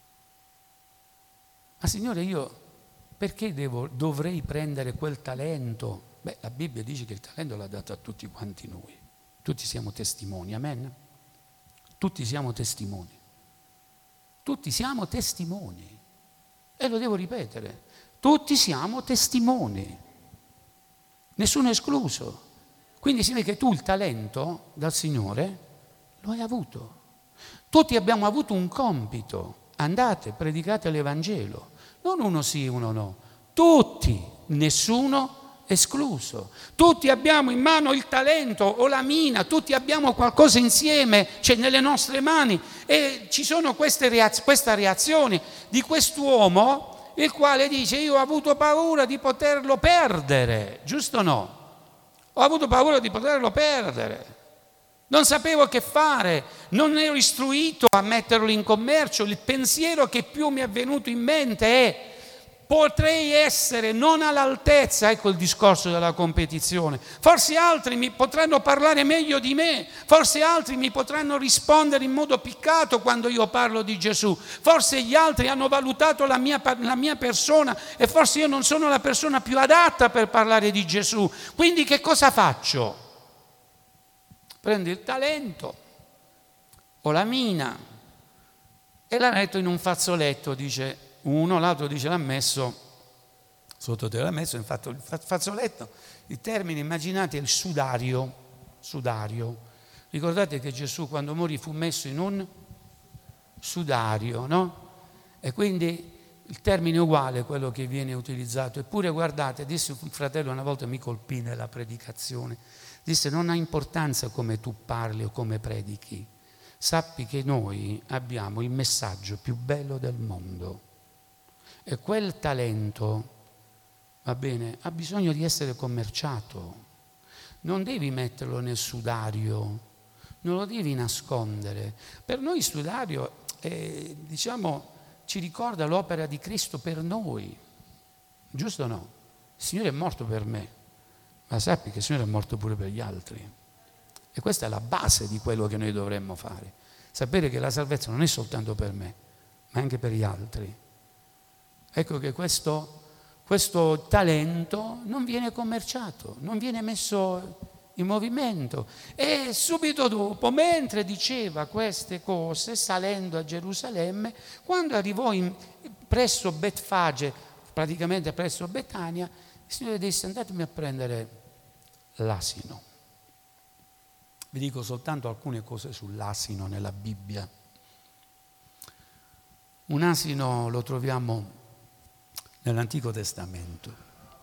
Ma Signore, io perché devo, dovrei prendere quel talento? Beh, la Bibbia dice che il talento l'ha dato a tutti quanti noi. Tutti siamo testimoni, amen? Tutti siamo testimoni. Tutti siamo testimoni. E lo devo ripetere. Tutti siamo testimoni. Nessuno è escluso. Quindi si vede che tu il talento dal Signore lo hai avuto. Tutti abbiamo avuto un compito. Andate, predicate l'Evangelo. Non uno sì, uno no. Tutti, nessuno escluso. Tutti abbiamo in mano il talento o la mina, tutti abbiamo qualcosa insieme, cioè nelle nostre mani. E ci sono queste reaz- questa reazione di quest'uomo, il quale dice io ho avuto paura di poterlo perdere, giusto o no? Ho avuto paura di poterlo perdere. Non sapevo che fare, non ero istruito a metterlo in commercio. Il pensiero che più mi è venuto in mente è potrei essere non all'altezza, ecco il discorso della competizione. Forse altri mi potranno parlare meglio di me, forse altri mi potranno rispondere in modo piccato quando io parlo di Gesù. Forse gli altri hanno valutato la mia, la mia persona e forse io non sono la persona più adatta per parlare di Gesù. Quindi che cosa faccio? Prendo il talento o la mina e la metto in un fazzoletto, dice uno, l'altro dice l'ha messo sotto te, l'ha messo in fatto, il fazzoletto, il termine immaginate è il sudario, sudario. Ricordate che Gesù quando morì fu messo in un sudario, no? E quindi il termine è uguale a quello che viene utilizzato. Eppure guardate, disse un fratello una volta, mi colpì nella predicazione, disse non ha importanza come tu parli o come predichi, sappi che noi abbiamo il messaggio più bello del mondo e quel talento, va bene, ha bisogno di essere commerciato, non devi metterlo nel sudario, non lo devi nascondere. Per noi il sudario è, diciamo, ci ricorda l'opera di Cristo per noi, giusto o no? Il Signore è morto per me, ma sappi che il Signore è morto pure per gli altri. E questa è la base di quello che noi dovremmo fare. Sapere che la salvezza non è soltanto per me, ma anche per gli altri. Ecco che questo, questo talento non viene commerciato, non viene messo in movimento. E subito dopo, mentre diceva queste cose, salendo a Gerusalemme, quando arrivò in, presso Betfage, praticamente presso Betania, il Signore disse: andatemi a prendere l'asino. Vi dico soltanto alcune cose sull'asino nella Bibbia. Un asino lo troviamo nell'Antico Testamento.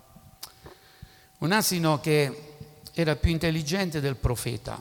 Un asino che era più intelligente del profeta.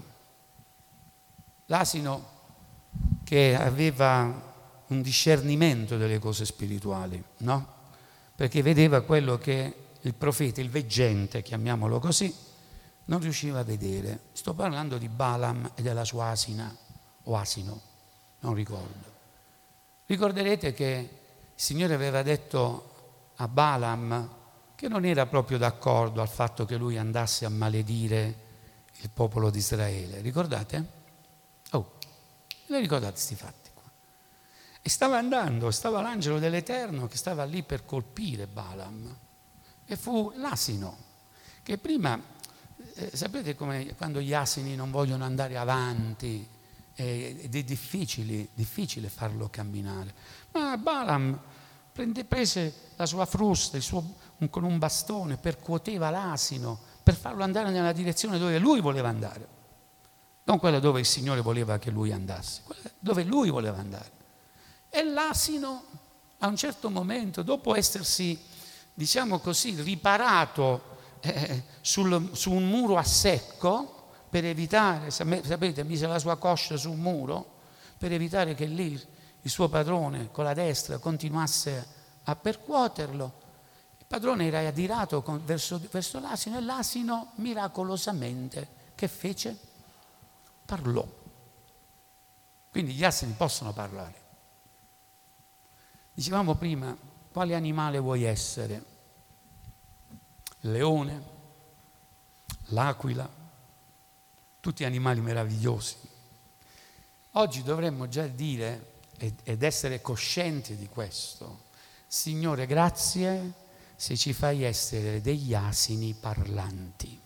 L'asino che aveva un discernimento delle cose spirituali, no? Perché vedeva quello che il profeta, il veggente, chiamiamolo così, non riusciva a vedere. Sto parlando di Balaam e della sua asina, o asino, non ricordo. Ricorderete che il Signore aveva detto a Balaam che non era proprio d'accordo al fatto che lui andasse a maledire il popolo di Israele. Ricordate? Oh, ne ricordate questi fatti qua? E stava andando, stava l'angelo dell'Eterno che stava lì per colpire Balaam. E fu l'asino, che prima, eh, sapete come quando gli asini non vogliono andare avanti, eh, ed è difficile, difficile farlo camminare. Ma Balaam prende, prese la sua frusta, il suo, un, con un bastone, percuoteva l'asino per farlo andare nella direzione dove lui voleva andare. Non quella dove il Signore voleva che lui andasse, quella dove lui voleva andare. E l'asino, a un certo momento, dopo essersi, diciamo così, riparato eh, sul, su un muro a secco, per evitare, sapete, mise la sua coscia su un muro, per evitare che lì il suo padrone con la destra continuasse a percuoterlo. Il padrone era adirato con, verso, verso l'asino, e l'asino miracolosamente che fece? Parlò. Quindi gli asini possono parlare. Dicevamo prima, quale animale vuoi essere? Il leone, l'aquila, tutti animali meravigliosi. Oggi dovremmo già dire ed essere coscienti di questo: Signore, grazie se ci fai essere degli asini parlanti.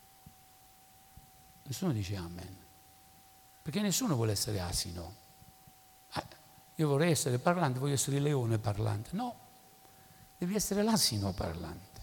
Nessuno dice amen, perché nessuno vuole essere asino. Eh, io vorrei essere parlante, voglio essere il leone parlante. No, devi essere l'asino parlante,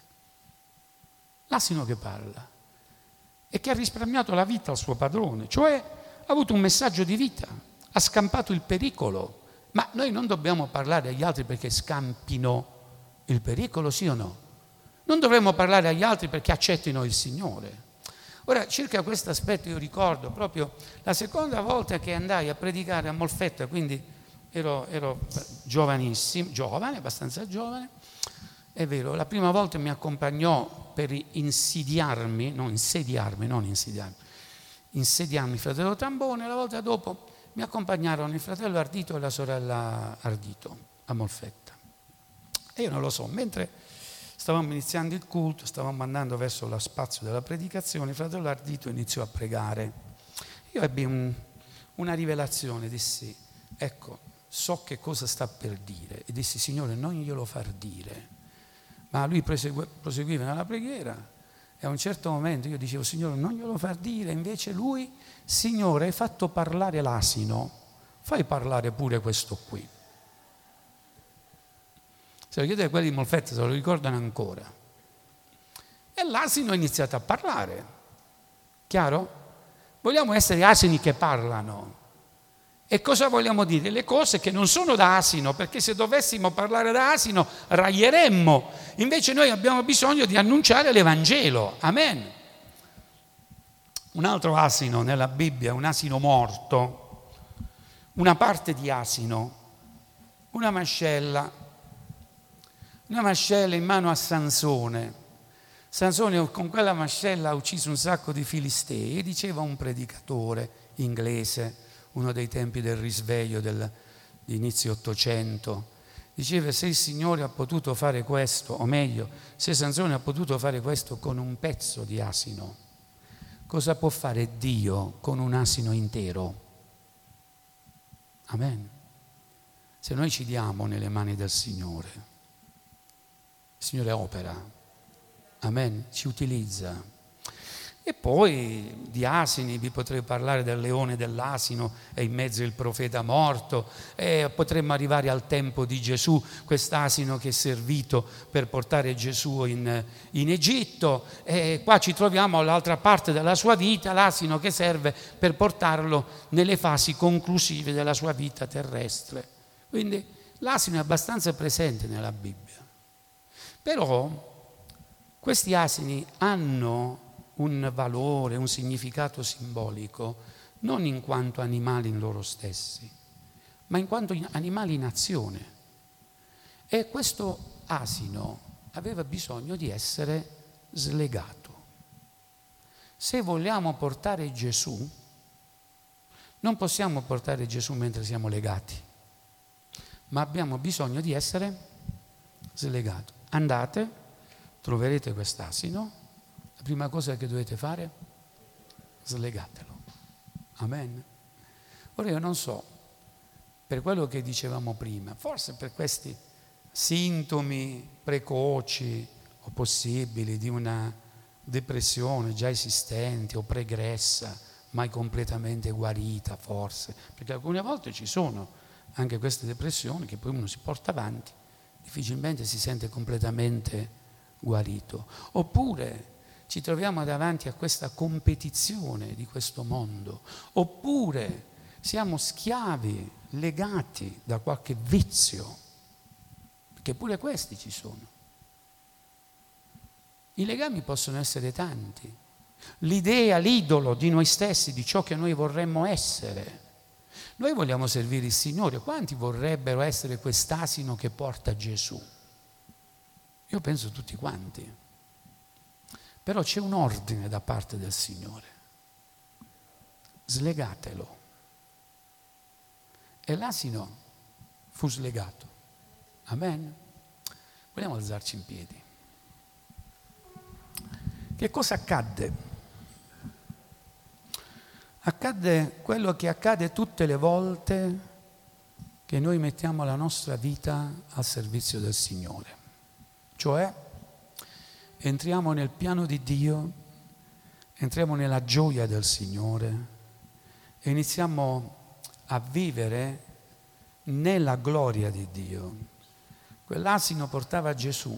l'asino che parla e che ha risparmiato la vita al suo padrone, cioè ha avuto un messaggio di vita, ha scampato il pericolo. Ma noi non dobbiamo parlare agli altri perché scampino il pericolo, sì o no? Non dovremmo parlare agli altri perché accettino il Signore. Ora, circa questo aspetto io ricordo proprio la seconda volta che andai a predicare a Molfetta, quindi ero, ero giovanissimo, giovane, abbastanza giovane. È vero, la prima volta mi accompagnò per insidiarmi, no, insediarmi, non insidiarmi, insediarmi il fratello Tambone, la volta dopo mi accompagnarono il fratello Ardito e la sorella Ardito a Molfetta. E io non lo so, mentre stavamo iniziando il culto, stavamo andando verso lo spazio della predicazione, il fratello Ardito iniziò a pregare. Io ebbi un, una rivelazione, dissi: ecco, so che cosa sta per dire. E dissi: Signore, non glielo far dire. Ma lui prosegue, proseguiva nella preghiera, e a un certo momento io dicevo: Signore, non glielo far dire. Invece lui: Signore, hai fatto parlare l'asino, fai parlare pure questo qui. Se lo chiedete a quelli di Molfetta, se lo ricordano ancora. E l'asino ha iniziato a parlare. Chiaro? Vogliamo essere asini che parlano. E cosa vogliamo dire? Le cose che non sono da asino, perché se dovessimo parlare da asino raglieremmo. Invece noi abbiamo bisogno di annunciare l'Evangelo. Amen. Un altro asino nella Bibbia, un asino morto, una parte di asino, una mascella, una mascella in mano a Sansone. Sansone con quella mascella ha ucciso un sacco di filistei, e diceva un predicatore inglese, uno dei tempi del risveglio del, di inizio Ottocento, diceva: se il Signore ha potuto fare questo, o meglio, se Sansone ha potuto fare questo con un pezzo di asino, cosa può fare Dio con un asino intero? Amen. Se noi ci diamo nelle mani del Signore, il Signore opera. Amen. Ci utilizza. E poi di asini vi potrei parlare del leone e dell'asino e in mezzo il profeta morto, e potremmo arrivare al tempo di Gesù, quest'asino che è servito per portare Gesù in, in Egitto, e qua ci troviamo all'altra parte della sua vita, l'asino che serve per portarlo nelle fasi conclusive della sua vita terrestre. Quindi l'asino è abbastanza presente nella Bibbia. Però questi asini hanno un valore, un significato simbolico, non in quanto animali in loro stessi, ma in quanto animali in azione. E questo asino aveva bisogno di essere slegato. Se vogliamo portare Gesù, non possiamo portare Gesù mentre siamo legati, ma abbiamo bisogno di essere slegato. Andate, troverete quest'asino. La prima cosa che dovete fare, slegatelo. Amen. Ora io non so, per quello che dicevamo prima, forse per questi sintomi precoci o possibili di una depressione già esistente o pregressa, mai completamente guarita forse, perché alcune volte ci sono anche queste depressioni che poi uno si porta avanti, difficilmente si sente completamente guarito. Oppure ci troviamo davanti a questa competizione di questo mondo, oppure siamo schiavi, legati da qualche vizio, perché pure questi ci sono. I legami possono essere tanti. L'idea, l'idolo di noi stessi, di ciò che noi vorremmo essere. Noi vogliamo servire il Signore. Quanti vorrebbero essere quest'asino che porta Gesù? Io penso tutti quanti. Però c'è un ordine da parte del Signore. Slegatelo. E l'asino fu slegato. Amen. Vogliamo alzarci in piedi. Che cosa accadde? Accadde quello che accade tutte le volte che noi mettiamo la nostra vita al servizio del Signore. Cioè, entriamo nel piano di Dio, entriamo nella gioia del Signore e iniziamo a vivere nella gloria di Dio. Quell'asino portava Gesù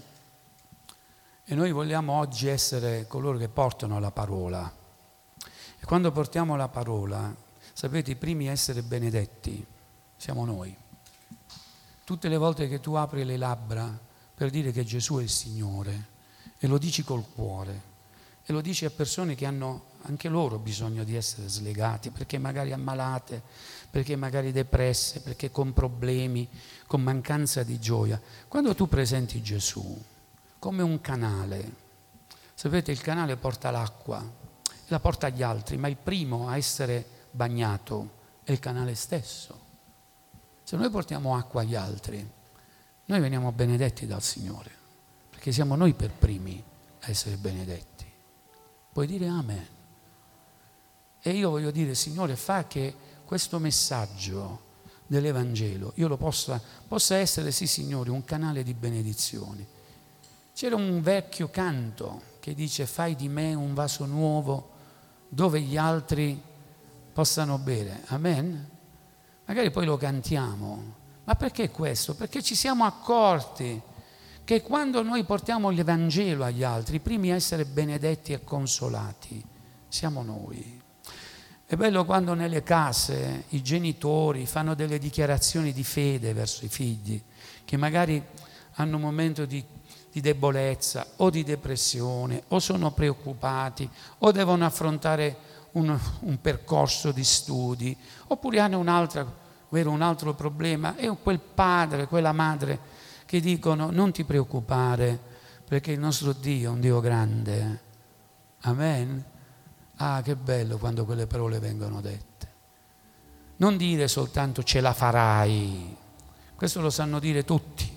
e noi vogliamo oggi essere coloro che portano la parola. E quando portiamo la parola, sapete, i primi a essere benedetti siamo noi. Tutte le volte che tu apri le labbra per dire che Gesù è il Signore, e lo dici col cuore, e lo dici a persone che hanno anche loro bisogno di essere slegati, perché magari ammalate, perché magari depresse, perché con problemi, con mancanza di gioia. Quando tu presenti Gesù come un canale, sapete, il canale porta l'acqua, la porta agli altri, ma il primo a essere bagnato è il canale stesso. Se noi portiamo acqua agli altri, noi veniamo benedetti dal Signore, perché siamo noi per primi a essere benedetti. Puoi dire amen. E io voglio dire, Signore, fa che questo messaggio dell'Evangelo io lo possa, possa essere, sì Signore, un canale di benedizioni. C'era un vecchio canto che dice: fai di me un vaso nuovo dove gli altri possano bere. Amen? Magari poi lo cantiamo. Ma perché questo? Perché ci siamo accorti che quando noi portiamo l'Evangelo agli altri, i primi a essere benedetti e consolati siamo noi. È bello quando nelle case i genitori fanno delle dichiarazioni di fede verso i figli, che magari hanno un momento di, di debolezza o di depressione, o sono preoccupati, o devono affrontare un, un percorso di studi, oppure hanno un'altra, ovvero un altro problema, e quel padre, quella madre che dicono: non ti preoccupare, perché il nostro Dio è un Dio grande. Amen? Ah, che bello quando quelle parole vengono dette. Non dire soltanto ce la farai, questo lo sanno dire tutti,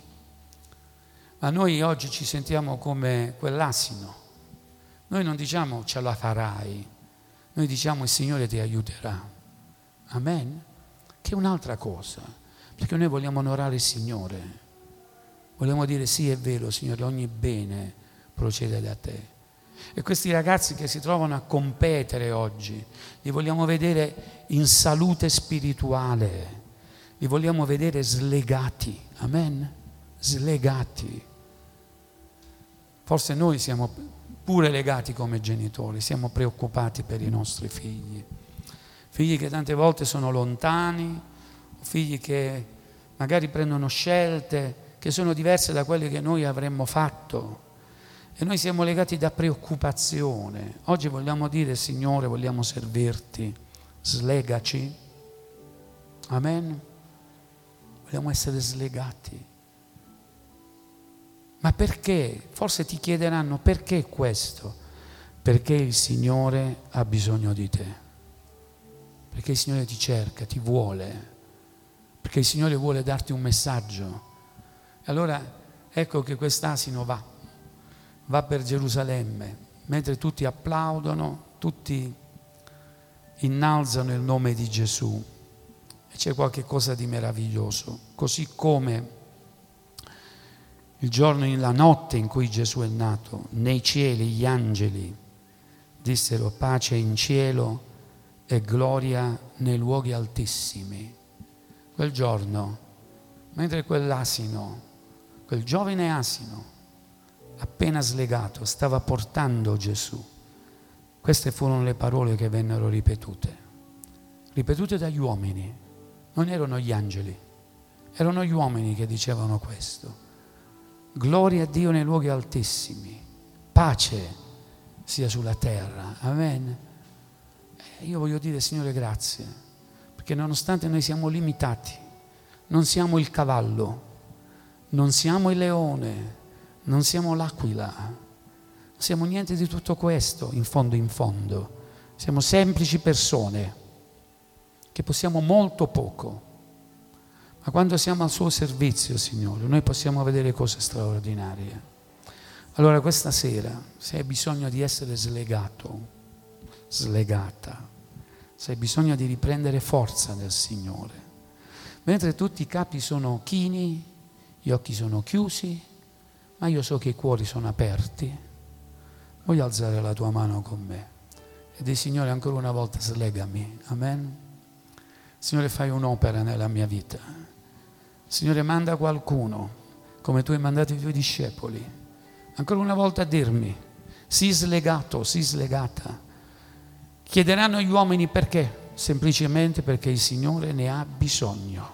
ma noi oggi ci sentiamo come quell'asino. Noi non diciamo ce la farai, noi diciamo il Signore ti aiuterà. Amen? Che è un'altra cosa, perché noi vogliamo onorare il Signore. Vogliamo dire sì, è vero, Signore, ogni bene procede da te. E questi ragazzi che si trovano a competere oggi, li vogliamo vedere in salute spirituale, li vogliamo vedere slegati, amen? Slegati. Forse noi siamo pure legati come genitori, siamo preoccupati per i nostri figli, figli che tante volte sono lontani, figli che magari prendono scelte che sono diverse da quelle che noi avremmo fatto. E noi siamo legati da preoccupazione. Oggi vogliamo dire, Signore, vogliamo servirti, slegaci. Amen. Vogliamo essere slegati. Ma perché? Forse ti chiederanno, perché questo? Perché il Signore ha bisogno di te. Perché il Signore ti cerca, ti vuole. Perché il Signore vuole darti un messaggio. E allora ecco che quest'asino va. Va per Gerusalemme, mentre tutti applaudono, tutti innalzano il nome di Gesù e c'è qualche cosa di meraviglioso, così come il giorno, la notte in cui Gesù è nato, nei cieli gli angeli dissero pace in cielo e gloria nei luoghi altissimi. Quel giorno, mentre quell'asino, quel giovane asino, appena slegato, stava portando Gesù. Queste furono le parole che vennero ripetute, ripetute dagli uomini, non erano gli angeli, erano gli uomini che dicevano questo. Gloria a Dio nei luoghi altissimi, pace sia sulla terra, amen. E io voglio dire, Signore, grazie, perché nonostante noi siamo limitati, non siamo il cavallo, non siamo il leone, non siamo l'aquila, non siamo niente di tutto questo, in fondo in fondo. Siamo semplici persone che possiamo molto poco, ma quando siamo al suo servizio, Signore, noi possiamo vedere cose straordinarie. Allora questa sera, se hai bisogno di essere slegato, slegata, se hai bisogno di riprendere forza nel Signore, mentre tutti i capi sono chini, gli occhi sono chiusi, ma io so che i cuori sono aperti, voglio alzare la tua mano con me e dire, Signore, ancora una volta slegami, amen. Signore, fai un'opera nella mia vita. Signore, manda qualcuno, come tu hai mandato i tuoi discepoli, ancora una volta a dirmi, sii slegato, sii slegata. Chiederanno agli uomini perché? Semplicemente perché il Signore ne ha bisogno.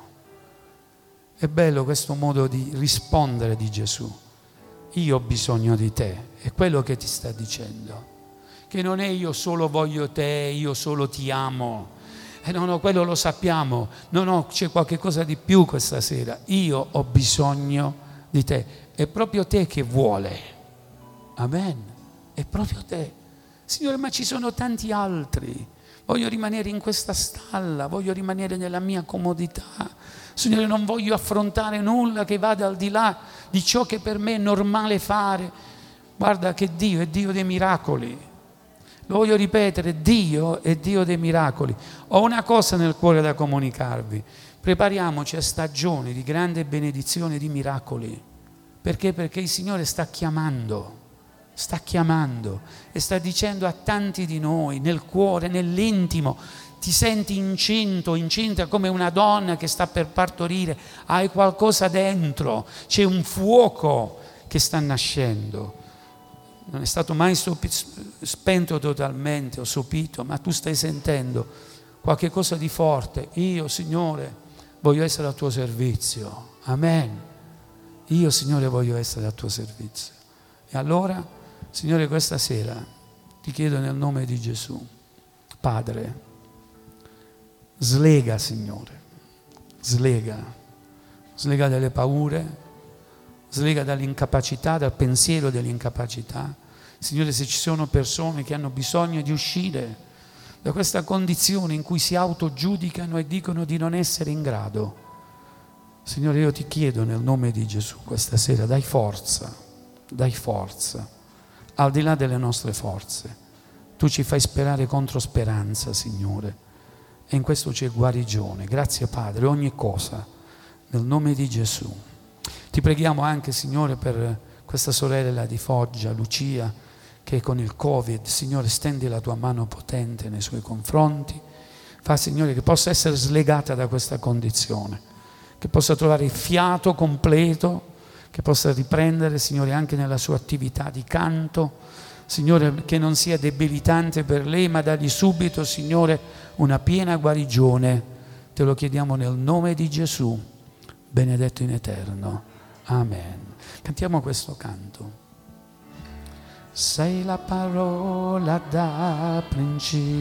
È bello questo modo di rispondere di Gesù. Io ho bisogno di te, è quello che ti sta dicendo, che non è io solo voglio te, io solo ti amo, e no, no, quello lo sappiamo, no, no, c'è qualche cosa di più questa sera, io ho bisogno di te, è proprio te che vuole, amen, è proprio te, Signore, ma ci sono tanti altri, voglio rimanere in questa stalla, voglio rimanere nella mia comodità, Signore, non voglio affrontare nulla che vada al di là di ciò che per me è normale fare. Guarda che Dio è Dio dei miracoli. Lo voglio ripetere, Dio è Dio dei miracoli. Ho una cosa nel cuore da comunicarvi. Prepariamoci a stagioni di grande benedizione, di miracoli. Perché? Perché il Signore sta chiamando, sta chiamando e sta dicendo a tanti di noi, nel cuore, nell'intimo, ti senti incinto, incinta come una donna che sta per partorire, hai qualcosa dentro, c'è un fuoco che sta nascendo. Non è stato mai spento totalmente o sopito, ma tu stai sentendo qualche cosa di forte. Io, Signore, voglio essere al tuo servizio. Amen. Io, Signore, voglio essere al tuo servizio. E allora, Signore, questa sera ti chiedo nel nome di Gesù, Padre, slega, Signore, slega, slega dalle paure, slega dall'incapacità, dal pensiero dell'incapacità. Signore, se ci sono persone che hanno bisogno di uscire da questa condizione in cui si autogiudicano e dicono di non essere in grado, Signore, io ti chiedo nel nome di Gesù questa sera, dai forza, dai forza, al di là delle nostre forze. Tu ci fai sperare contro speranza, Signore. E in questo c'è guarigione. Grazie Padre, ogni cosa, nel nome di Gesù. Ti preghiamo anche, Signore, per questa sorella di Foggia, Lucia, che è con il Covid. Signore, stendi la tua mano potente nei suoi confronti. Fa, Signore, che possa essere slegata da questa condizione, che possa trovare il fiato completo, che possa riprendere, Signore, anche nella sua attività di canto. Signore, che non sia debilitante per lei, ma dagli subito, Signore, una piena guarigione. Te lo chiediamo nel nome di Gesù, benedetto in eterno. Amen. Cantiamo questo canto. Sei la parola da principio.